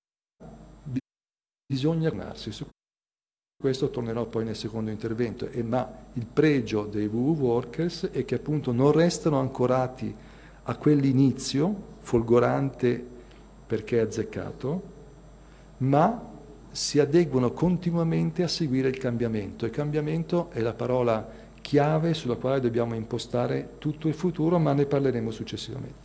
bisogna tornarsi. Su questo tornerò poi nel secondo intervento, e, ma il pregio dei W W Workers è che appunto non restano ancorati a quell'inizio folgorante perché è azzeccato, ma si adeguano continuamente a seguire il cambiamento. Il cambiamento è la parola chiave sulla quale dobbiamo impostare tutto il futuro, ma ne parleremo successivamente.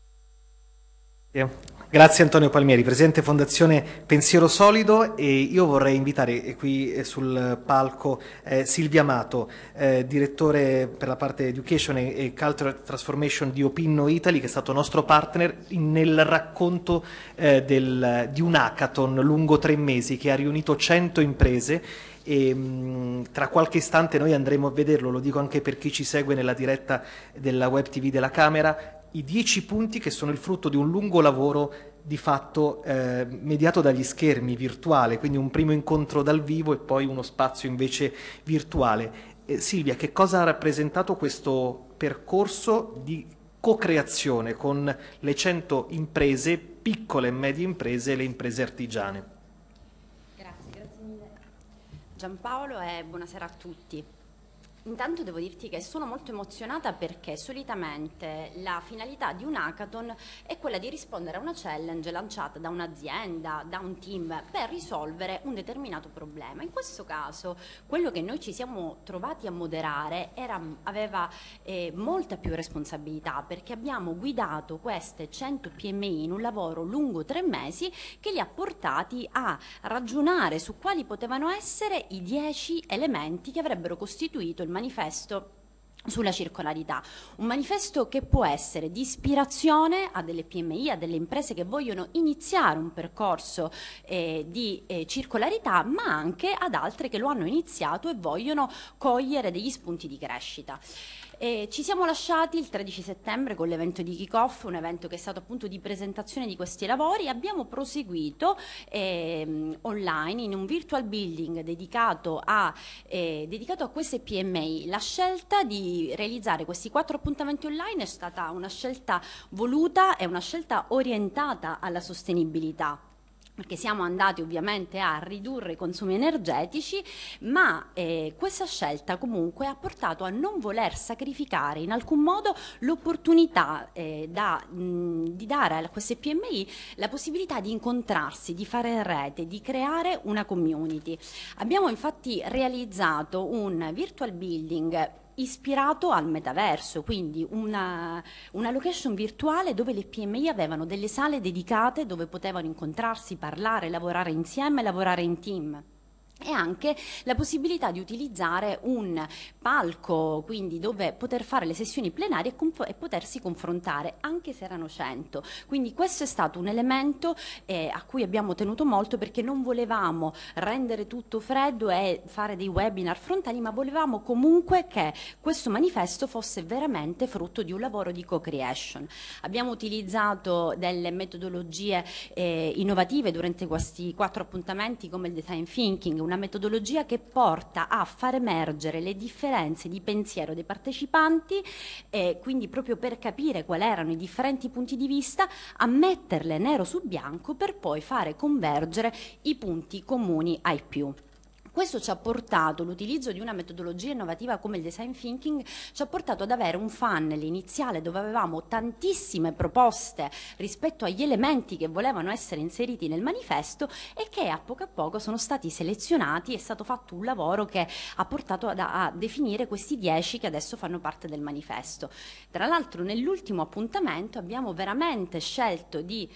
Grazie Antonio Palmieri, Presidente Fondazione Pensiero Solido, e io vorrei invitare qui sul palco eh, Silvia Amato, eh, Direttore per la parte Education e Cultural Transformation di Opinno Italy, che è stato nostro partner in, nel racconto eh, del, di un hackathon lungo tre mesi che ha riunito cento imprese. E mh, tra qualche istante noi andremo a vederlo, lo dico anche per chi ci segue nella diretta della web tivù della Camera, i dieci punti che sono il frutto di un lungo lavoro di fatto eh, mediato dagli schermi, virtuale, quindi un primo incontro dal vivo e poi uno spazio invece virtuale. Eh, Silvia, che cosa ha rappresentato questo percorso di co-creazione con le cento imprese, piccole e medie imprese e le imprese artigiane? Grazie, grazie mille Giampaolo, e buonasera a tutti. Intanto devo dirti che sono molto emozionata perché solitamente la finalità di un hackathon è quella di rispondere a una challenge lanciata da un'azienda, da un team, per risolvere un determinato problema. In questo caso quello che noi ci siamo trovati a moderare era, aveva eh, molta più responsabilità, perché abbiamo guidato queste cento P M I in un lavoro lungo tre mesi che li ha portati a ragionare su quali potevano essere i dieci elementi che avrebbero costituito il manifesto sulla circolarità, un manifesto che può essere di ispirazione a delle P M I, a delle imprese che vogliono iniziare un percorso eh, di eh, circolarità, ma anche ad altre che lo hanno iniziato e vogliono cogliere degli spunti di crescita. Eh, ci siamo lasciati il tredici settembre con l'evento di kick-off, un evento che è stato appunto di presentazione di questi lavori. Abbiamo proseguito eh, online in un virtual building dedicato a, eh, dedicato a queste P M I. La scelta di realizzare questi quattro appuntamenti online è stata una scelta voluta e una scelta orientata alla sostenibilità, perché siamo andati ovviamente a ridurre i consumi energetici, ma eh, questa scelta comunque ha portato a non voler sacrificare in alcun modo l'opportunità eh, da, mh, di dare a queste P M I la possibilità di incontrarsi, di fare rete, di creare una community. Abbiamo infatti realizzato un virtual building ispirato al metaverso, quindi una, una location virtuale dove le P M I avevano delle sale dedicate dove potevano incontrarsi, parlare, lavorare insieme, lavorare in team. E anche la possibilità di utilizzare un palco, quindi dove poter fare le sessioni plenarie e, e potersi confrontare, anche se erano cento. Quindi questo è stato un elemento eh, a cui abbiamo tenuto molto, perché non volevamo rendere tutto freddo e fare dei webinar frontali, ma volevamo comunque che questo manifesto fosse veramente frutto di un lavoro di co-creation. Abbiamo utilizzato delle metodologie eh, innovative durante questi quattro appuntamenti, come il design thinking, una metodologia che porta a far emergere le differenze di pensiero dei partecipanti, eh, quindi proprio per capire quali erano i differenti punti di vista, a metterle nero su bianco per poi fare convergere i punti comuni ai più. Questo ci ha portato, l'utilizzo di una metodologia innovativa come il design thinking, ci ha portato ad avere un funnel iniziale dove avevamo tantissime proposte rispetto agli elementi che volevano essere inseriti nel manifesto e che a poco a poco sono stati selezionati. È stato fatto un lavoro che ha portato ad, a definire questi dieci che adesso fanno parte del manifesto. Tra l'altro nell'ultimo appuntamento abbiamo veramente scelto di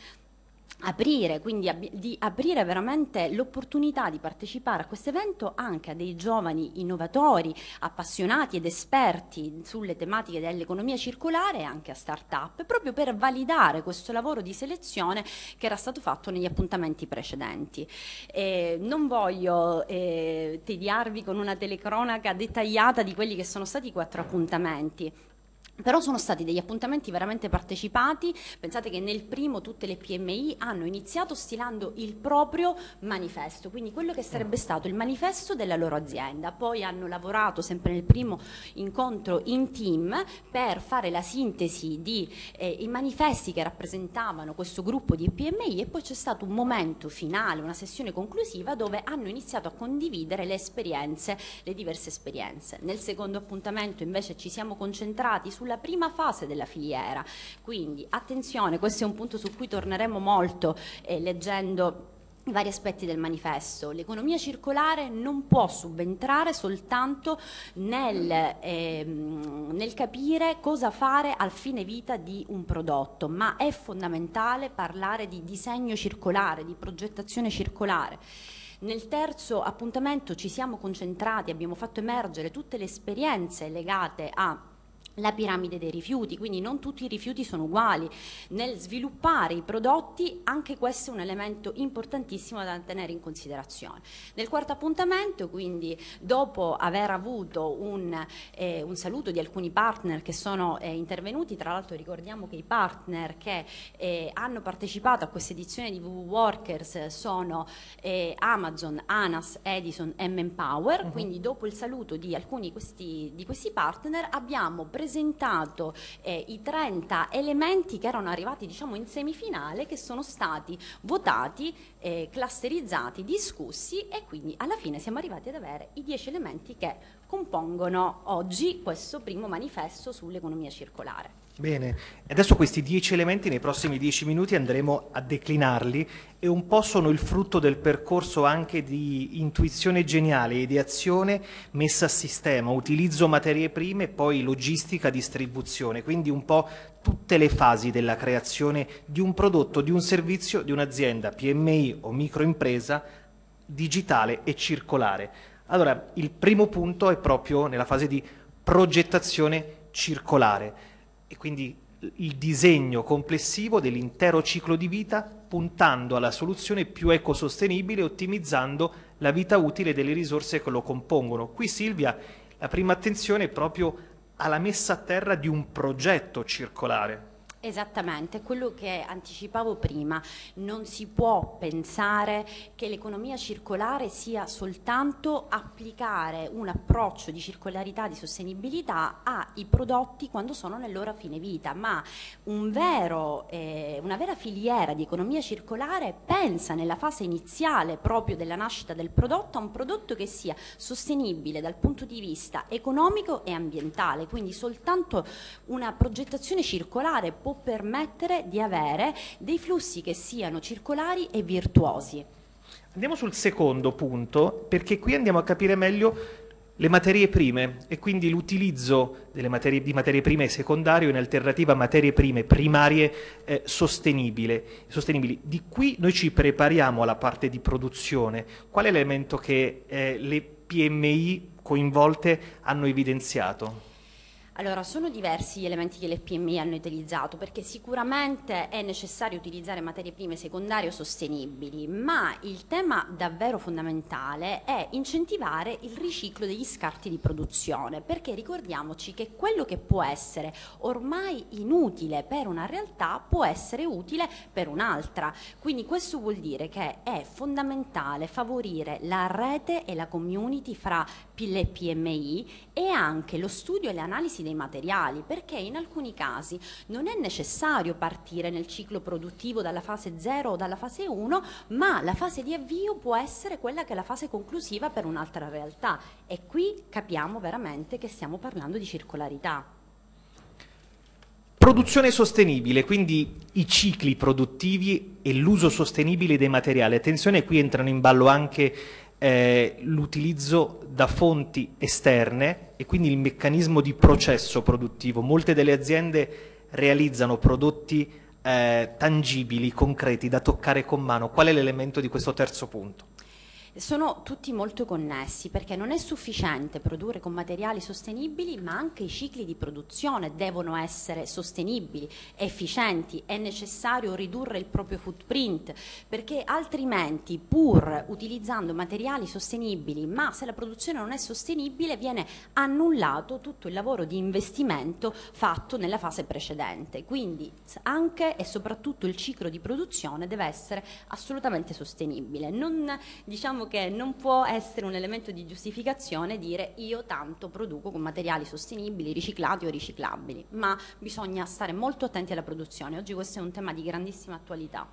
aprire, quindi ab- di aprire veramente l'opportunità di partecipare a questo evento anche a dei giovani innovatori, appassionati ed esperti sulle tematiche dell'economia circolare e anche a start-up, proprio per validare questo lavoro di selezione che era stato fatto negli appuntamenti precedenti. Eh, non voglio eh, tediarvi con una telecronaca dettagliata di quelli che sono stati i quattro appuntamenti, però sono stati degli appuntamenti veramente partecipati. Pensate che nel primo tutte le P M I hanno iniziato stilando il proprio manifesto, quindi quello che sarebbe stato il manifesto della loro azienda. Poi hanno lavorato sempre nel primo incontro in team per fare la sintesi di eh, i manifesti che rappresentavano questo gruppo di P M I, e poi c'è stato un momento finale, una sessione conclusiva dove hanno iniziato a condividere le esperienze, le diverse esperienze. Nel secondo appuntamento invece ci siamo concentrati sulla la prima fase della filiera, quindi attenzione, questo è un punto su cui torneremo molto eh, leggendo i vari aspetti del manifesto. L'economia circolare non può subentrare soltanto nel, ehm, nel capire cosa fare al fine vita di un prodotto, ma è fondamentale parlare di disegno circolare, di progettazione circolare. Nel terzo appuntamento ci siamo concentrati, abbiamo fatto emergere tutte le esperienze legate a la piramide dei rifiuti, quindi non tutti i rifiuti sono uguali. Nel sviluppare i prodotti, anche questo è un elemento importantissimo da tenere in considerazione. Nel quarto appuntamento, quindi, dopo aver avuto un, eh, un saluto di alcuni partner che sono eh, intervenuti, tra l'altro ricordiamo che i partner che eh, hanno partecipato a questa edizione di W W Workers sono eh, Amazon, ANAS, Edison e Manpower, uh-huh. Quindi dopo il saluto di alcuni questi, di questi partner abbiamo presentato eh, i trenta elementi che erano arrivati, diciamo, in semifinale, che sono stati votati, eh, clusterizzati, discussi, e quindi alla fine siamo arrivati ad avere i dieci elementi che compongono oggi questo primo manifesto sull'economia circolare. Bene, adesso questi dieci elementi nei prossimi dieci minuti andremo a declinarli, e un po' sono il frutto del percorso anche di intuizione geniale, ideazione messa a sistema, utilizzo materie prime e poi logistica, distribuzione, quindi un po' tutte le fasi della creazione di un prodotto, di un servizio, di un'azienda P M I o microimpresa digitale e circolare. Allora, il primo punto è proprio nella fase di progettazione circolare e quindi il disegno complessivo dell'intero ciclo di vita, puntando alla soluzione più ecosostenibile e ottimizzando la vita utile delle risorse che lo compongono. Qui, Silvia, la prima attenzione è proprio alla messa a terra di un progetto circolare. Esattamente, quello che anticipavo prima, non si può pensare che l'economia circolare sia soltanto applicare un approccio di circolarità, di sostenibilità ai prodotti quando sono nel loro fine vita, ma un vero, eh, una vera filiera di economia circolare pensa nella fase iniziale proprio della nascita del prodotto a un prodotto che sia sostenibile dal punto di vista economico e ambientale, quindi soltanto una progettazione circolare può permettere di avere dei flussi che siano circolari e virtuosi. Andiamo sul secondo punto, perché qui andiamo a capire meglio le materie prime e quindi l'utilizzo delle materie, di materie prime secondarie in alternativa a materie prime primarie eh, sostenibile, sostenibili. Di qui noi ci prepariamo alla parte di produzione. Qual è l'elemento che eh, le P M I coinvolte hanno evidenziato? Allora, sono diversi gli elementi che le P M I hanno utilizzato, perché sicuramente è necessario utilizzare materie prime secondarie o sostenibili, ma il tema davvero fondamentale è incentivare il riciclo degli scarti di produzione, perché ricordiamoci che quello che può essere ormai inutile per una realtà può essere utile per un'altra. Quindi questo vuol dire che è fondamentale favorire la rete e la community fra le P M I e anche lo studio e le analisi dei materiali, perché in alcuni casi non è necessario partire nel ciclo produttivo dalla fase zero o dalla fase uno, ma la fase di avvio può essere quella che è la fase conclusiva per un'altra realtà, e qui capiamo veramente che stiamo parlando di circolarità. Produzione sostenibile, quindi i cicli produttivi e l'uso sostenibile dei materiali. Attenzione, qui entrano in ballo anche Eh, l'utilizzo da fonti esterne e quindi il meccanismo di processo produttivo. Molte delle aziende realizzano prodotti eh, tangibili, concreti, da toccare con mano. Qual è l'elemento di questo terzo punto? Sono tutti molto connessi, perché non è sufficiente produrre con materiali sostenibili, ma anche i cicli di produzione devono essere sostenibili, efficienti. È necessario ridurre il proprio footprint, perché altrimenti, pur utilizzando materiali sostenibili, ma se la produzione non è sostenibile, viene annullato tutto il lavoro di investimento fatto nella fase precedente. Quindi anche e soprattutto il ciclo di produzione deve essere assolutamente sostenibile. Non, diciamo che non può essere un elemento di giustificazione dire io tanto produco con materiali sostenibili, riciclati o riciclabili, ma bisogna stare molto attenti alla produzione. Oggi questo è un tema di grandissima attualità.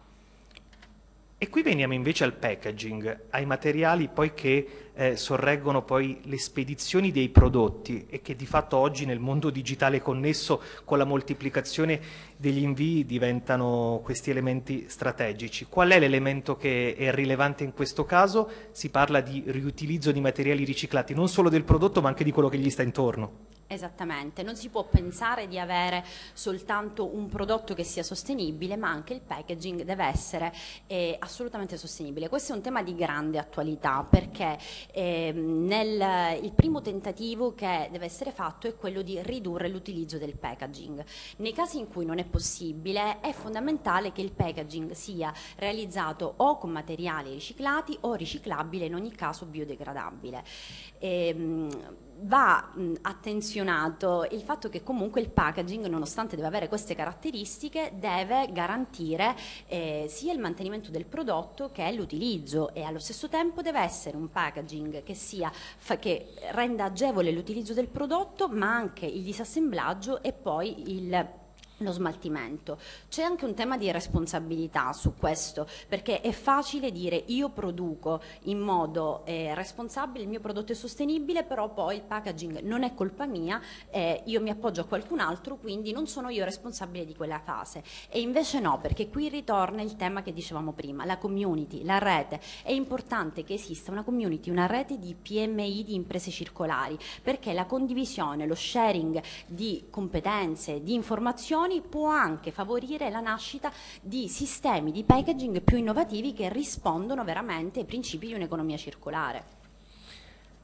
E qui veniamo invece al packaging, ai materiali poi che eh, sorreggono poi le spedizioni dei prodotti e che di fatto oggi nel mondo digitale connesso con la moltiplicazione degli invii diventano questi elementi strategici. Qual è l'elemento che è rilevante in questo caso? Si parla di riutilizzo di materiali riciclati, non solo del prodotto ma anche di quello che gli sta intorno. Esattamente, non si può pensare di avere soltanto un prodotto che sia sostenibile, ma anche il packaging deve essere eh, assolutamente sostenibile. Questo è un tema di grande attualità, perché eh, nel, il primo tentativo che deve essere fatto è quello di ridurre l'utilizzo del packaging. Nei casi in cui non è possibile, è fondamentale che il packaging sia realizzato o con materiali riciclati o riciclabile, in ogni caso biodegradabile. E, va mh, attenzionato il fatto che comunque il packaging, nonostante deve avere queste caratteristiche, deve garantire eh, sia il mantenimento del prodotto che l'utilizzo, e allo stesso tempo deve essere un packaging che, sia, fa, che renda agevole l'utilizzo del prodotto, ma anche il disassemblaggio e poi il lo smaltimento. C'è anche un tema di responsabilità su questo, perché è facile dire io produco in modo eh, responsabile, il mio prodotto è sostenibile, però poi il packaging non è colpa mia, eh, io mi appoggio a qualcun altro, quindi non sono io responsabile di quella fase. E invece no, perché qui ritorna il tema che dicevamo prima, la community, la rete. È importante che esista una community, una rete di P M I, di imprese circolari, perché la condivisione, lo sharing di competenze, di informazioni può anche favorire la nascita di sistemi di packaging più innovativi che rispondono veramente ai principi di un'economia circolare.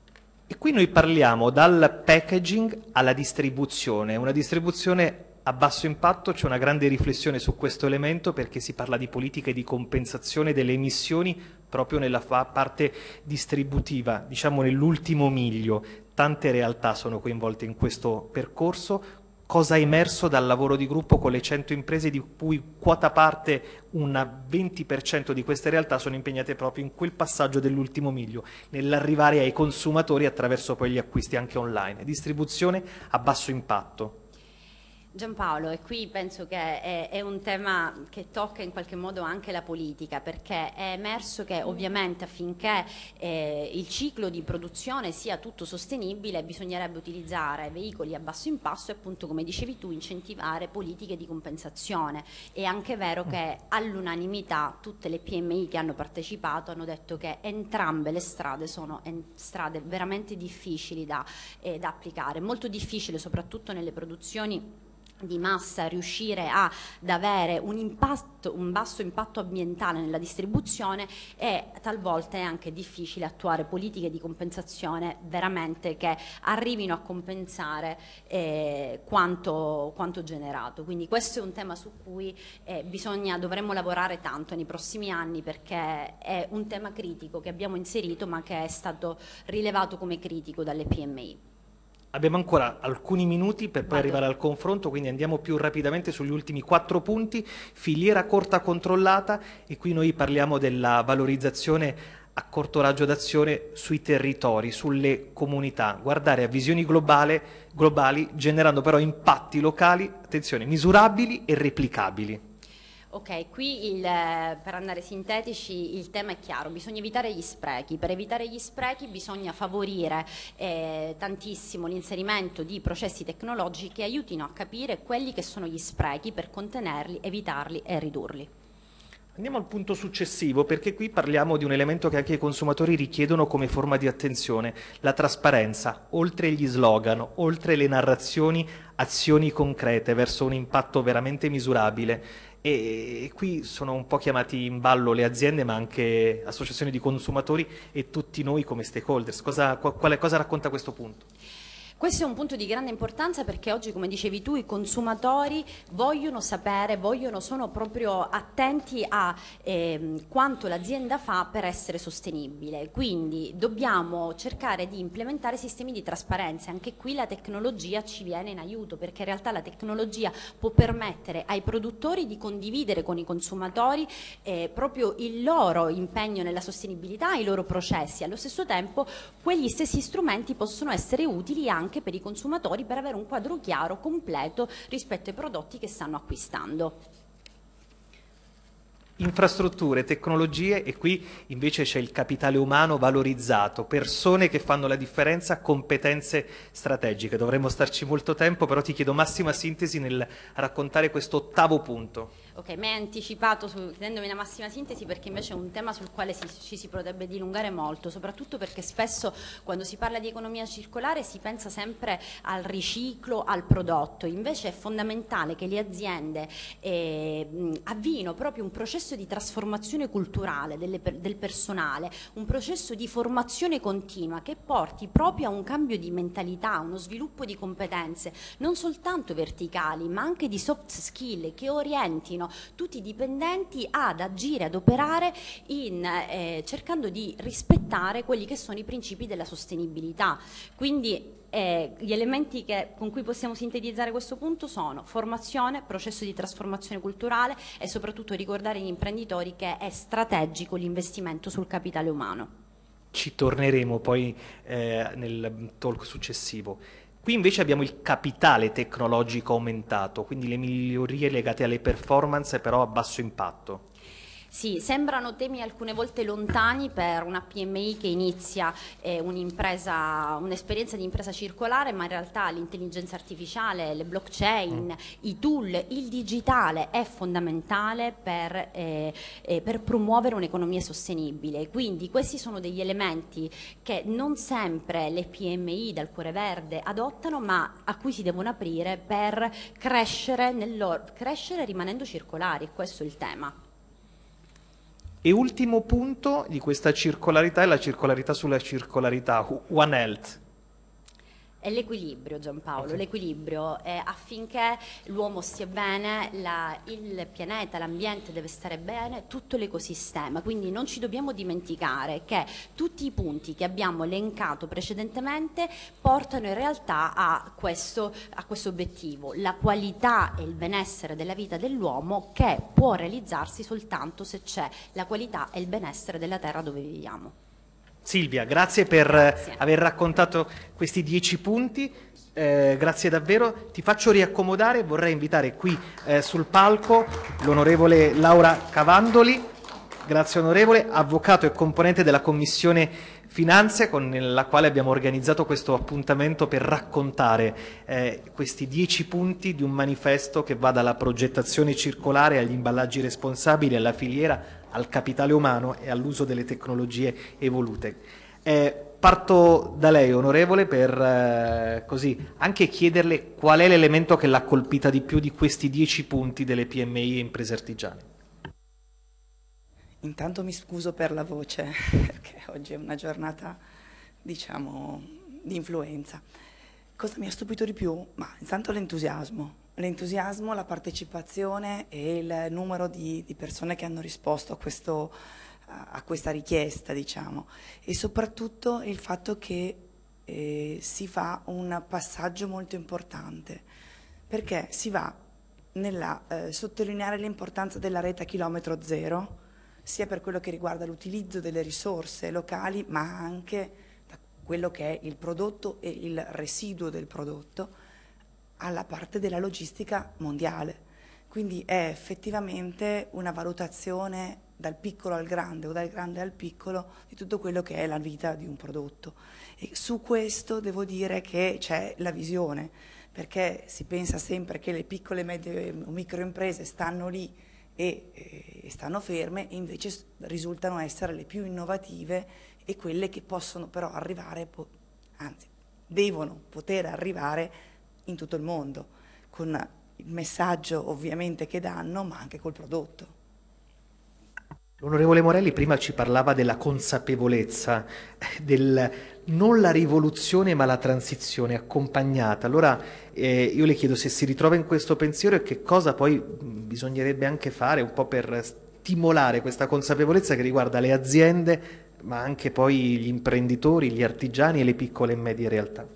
E qui noi parliamo dal packaging alla distribuzione, una distribuzione a basso impatto. C'è una grande riflessione su questo elemento perché si parla di politiche di compensazione delle emissioni proprio nella parte distributiva, diciamo nell'ultimo miglio. Tante realtà sono coinvolte in questo percorso. Cosa è emerso dal lavoro di gruppo con le cento imprese di cui quota parte un venti per cento di queste realtà sono impegnate proprio in quel passaggio dell'ultimo miglio, nell'arrivare ai consumatori attraverso poi gli acquisti anche online. Distribuzione a basso impatto. Giampaolo, e qui penso che è, è un tema che tocca in qualche modo anche la politica, perché è emerso che ovviamente affinché eh, il ciclo di produzione sia tutto sostenibile bisognerebbe utilizzare veicoli a basso impatto e appunto, come dicevi tu, incentivare politiche di compensazione. È anche vero che all'unanimità tutte le P M I che hanno partecipato hanno detto che entrambe le strade sono strade veramente difficili da, eh, da applicare, molto difficile soprattutto nelle produzioni di massa riuscire a, ad avere un impatto, un basso impatto ambientale nella distribuzione, e talvolta è anche difficile attuare politiche di compensazione veramente che arrivino a compensare eh, quanto, quanto generato. Quindi questo è un tema su cui eh, bisogna, dovremmo lavorare tanto nei prossimi anni, perché è un tema critico che abbiamo inserito ma che è stato rilevato come critico dalle P M I. Abbiamo ancora alcuni minuti per poi Vado. arrivare al confronto, quindi andiamo più rapidamente sugli ultimi quattro punti. Filiera corta controllata, e qui noi parliamo della valorizzazione a corto raggio d'azione sui territori, sulle comunità, guardare a visioni globali, globali generando però impatti locali, attenzione, misurabili e replicabili. Ok, qui il, per andare sintetici il tema è chiaro, bisogna evitare gli sprechi. Per evitare gli sprechi bisogna favorire eh, tantissimo l'inserimento di processi tecnologici che aiutino a capire quelli che sono gli sprechi per contenerli, evitarli e ridurli. Andiamo al punto successivo, perché qui parliamo di un elemento che anche i consumatori richiedono come forma di attenzione, la trasparenza. Oltre gli slogan, oltre le narrazioni, azioni concrete verso un impatto veramente misurabile. E qui sono un po' chiamati in ballo le aziende, ma anche associazioni di consumatori e tutti noi come stakeholders. Cosa, quale, cosa racconta questo punto? Questo è un punto di grande importanza perché oggi, come dicevi tu, i consumatori vogliono sapere, vogliono, sono proprio attenti a eh, quanto l'azienda fa per essere sostenibile. Quindi dobbiamo cercare di implementare sistemi di trasparenza. Anche qui la tecnologia ci viene in aiuto, perché in realtà la tecnologia può permettere ai produttori di condividere con i consumatori eh, proprio il loro impegno nella sostenibilità, i loro processi. Allo stesso tempo quegli stessi strumenti possono essere utili anche anche per i consumatori per avere un quadro chiaro, completo rispetto ai prodotti che stanno acquistando. Infrastrutture, tecnologie, e qui invece c'è il capitale umano valorizzato, persone che fanno la differenza, competenze strategiche. Dovremmo starci molto tempo, però ti chiedo massima sintesi nel raccontare questo ottavo punto. Ok, mi hai anticipato su, chiedendomi una massima sintesi, perché invece è un tema sul quale si, ci si potrebbe dilungare molto, soprattutto perché spesso quando si parla di economia circolare si pensa sempre al riciclo, al prodotto. Invece è fondamentale che le aziende eh, avviino proprio un processo di trasformazione culturale delle, del personale, un processo di formazione continua che porti proprio a un cambio di mentalità, uno sviluppo di competenze non soltanto verticali ma anche di soft skill che orientino tutti i dipendenti ad agire, ad operare in, eh, cercando di rispettare quelli che sono i principi della sostenibilità. Quindi eh, gli elementi che, con cui possiamo sintetizzare questo punto sono formazione, processo di trasformazione culturale e soprattutto ricordare agli imprenditori che è strategico l'investimento sul capitale umano. Ci torneremo poi eh, nel talk successivo. Qui invece abbiamo il capitale tecnologico aumentato, quindi le migliorie legate alle performance però a basso impatto. Sì, sembrano temi alcune volte lontani per una P M I che inizia eh, un'impresa, un'esperienza di impresa circolare, ma in realtà l'intelligenza artificiale, le blockchain, mm. i tool, il digitale è fondamentale per, eh, eh, per promuovere un'economia sostenibile. Quindi questi sono degli elementi che non sempre le P M I dal cuore verde adottano, ma a cui si devono aprire per crescere, nel loro, crescere rimanendo circolari, questo è il tema. E ultimo punto di questa circolarità è la circolarità sulla circolarità, One Health. È l'equilibrio, Giampaolo, Okay. l'equilibrio eh, affinché l'uomo stia bene, la- il pianeta, l'ambiente deve stare bene, tutto l'ecosistema, quindi non ci dobbiamo dimenticare che tutti i punti che abbiamo elencato precedentemente portano in realtà a questo, a questo obiettivo, la qualità e il benessere della vita dell'uomo, che può realizzarsi soltanto se c'è la qualità e il benessere della terra dove viviamo. Silvia, grazie per Grazie. aver raccontato questi dieci punti, eh, grazie davvero. Ti faccio riaccomodare, vorrei invitare qui eh, sul palco l'onorevole Laura Cavandoli, grazie onorevole, avvocato e componente della Commissione Finanze, con la quale abbiamo organizzato questo appuntamento per raccontare eh, questi dieci punti di un manifesto che va dalla progettazione circolare agli imballaggi responsabili, alla filiera, al capitale umano e all'uso delle tecnologie evolute. Eh, parto da lei, onorevole, per eh, così anche chiederle qual è l'elemento che l'ha colpita di più di questi dieci punti delle P M I e imprese artigiane. Intanto mi scuso per la voce, perché oggi è una giornata, diciamo, di influenza. Cosa mi ha stupito di più? Ma intanto l'entusiasmo. L'entusiasmo, la partecipazione e il numero di, di persone che hanno risposto a, questo, a questa richiesta, diciamo. E soprattutto il fatto che eh, si fa un passaggio molto importante, perché si va nella eh, sottolineare l'importanza della rete a chilometro zero, sia per quello che riguarda l'utilizzo delle risorse locali, ma anche da quello che è il prodotto e il residuo del prodotto, alla parte della logistica mondiale. Quindi è effettivamente una valutazione dal piccolo al grande o dal grande al piccolo di tutto quello che è la vita di un prodotto. E su questo devo dire che c'è la visione, perché si pensa sempre che le piccole e medie o microimprese stanno lì e eh, stanno ferme, e invece risultano essere le più innovative e quelle che possono però arrivare, anzi devono poter arrivare in tutto il mondo, con il messaggio ovviamente che danno, ma anche col prodotto. L'onorevole Morelli prima ci parlava della consapevolezza, del non la rivoluzione ma la transizione accompagnata. Allora eh, io le chiedo se si ritrova in questo pensiero e che cosa poi mh, bisognerebbe anche fare un po' per stimolare questa consapevolezza che riguarda le aziende, ma anche poi gli imprenditori, gli artigiani e le piccole e medie realtà.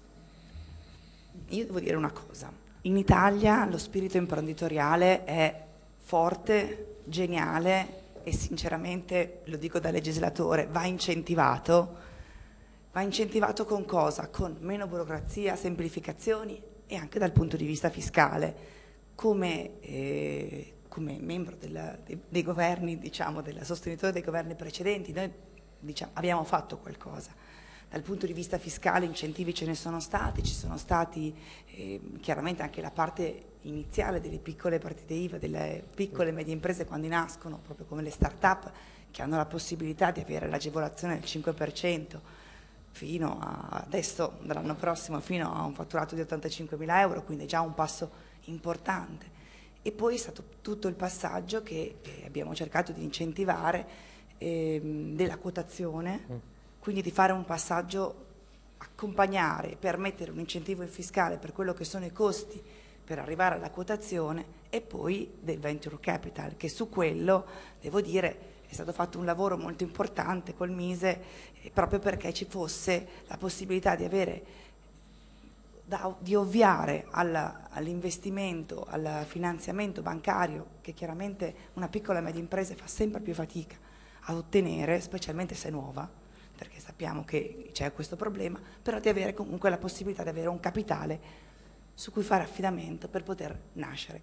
Io devo dire una cosa, in Italia lo spirito imprenditoriale è forte, geniale e sinceramente, lo dico da legislatore, va incentivato. Va incentivato con cosa? Con meno burocrazia, semplificazioni e anche dal punto di vista fiscale. Come, eh, come membro della, dei, dei governi, diciamo, della sostenitore dei governi precedenti, noi diciamo, abbiamo fatto qualcosa. Dal punto di vista fiscale incentivi ce ne sono stati, ci sono stati eh, chiaramente anche la parte iniziale delle piccole partite I V A, delle piccole e medie imprese quando nascono, proprio come le start-up, che hanno la possibilità di avere l'agevolazione del cinque per cento fino a adesso, dall'anno prossimo, fino a un fatturato di ottantacinquemila euro, quindi è già un passo importante. E poi è stato tutto il passaggio che eh, abbiamo cercato di incentivare eh, della quotazione, mm. quindi di fare un passaggio, accompagnare, permettere un incentivo fiscale per quello che sono i costi per arrivare alla quotazione, e poi del venture capital, che su quello, devo dire, è stato fatto un lavoro molto importante col Mise, eh, proprio perché ci fosse la possibilità di avere, da, di ovviare alla, all'investimento, al finanziamento bancario, che chiaramente una piccola e media impresa fa sempre più fatica a ottenere, specialmente se è nuova, perché sappiamo che c'è questo problema, però di avere comunque la possibilità di avere un capitale su cui fare affidamento per poter nascere.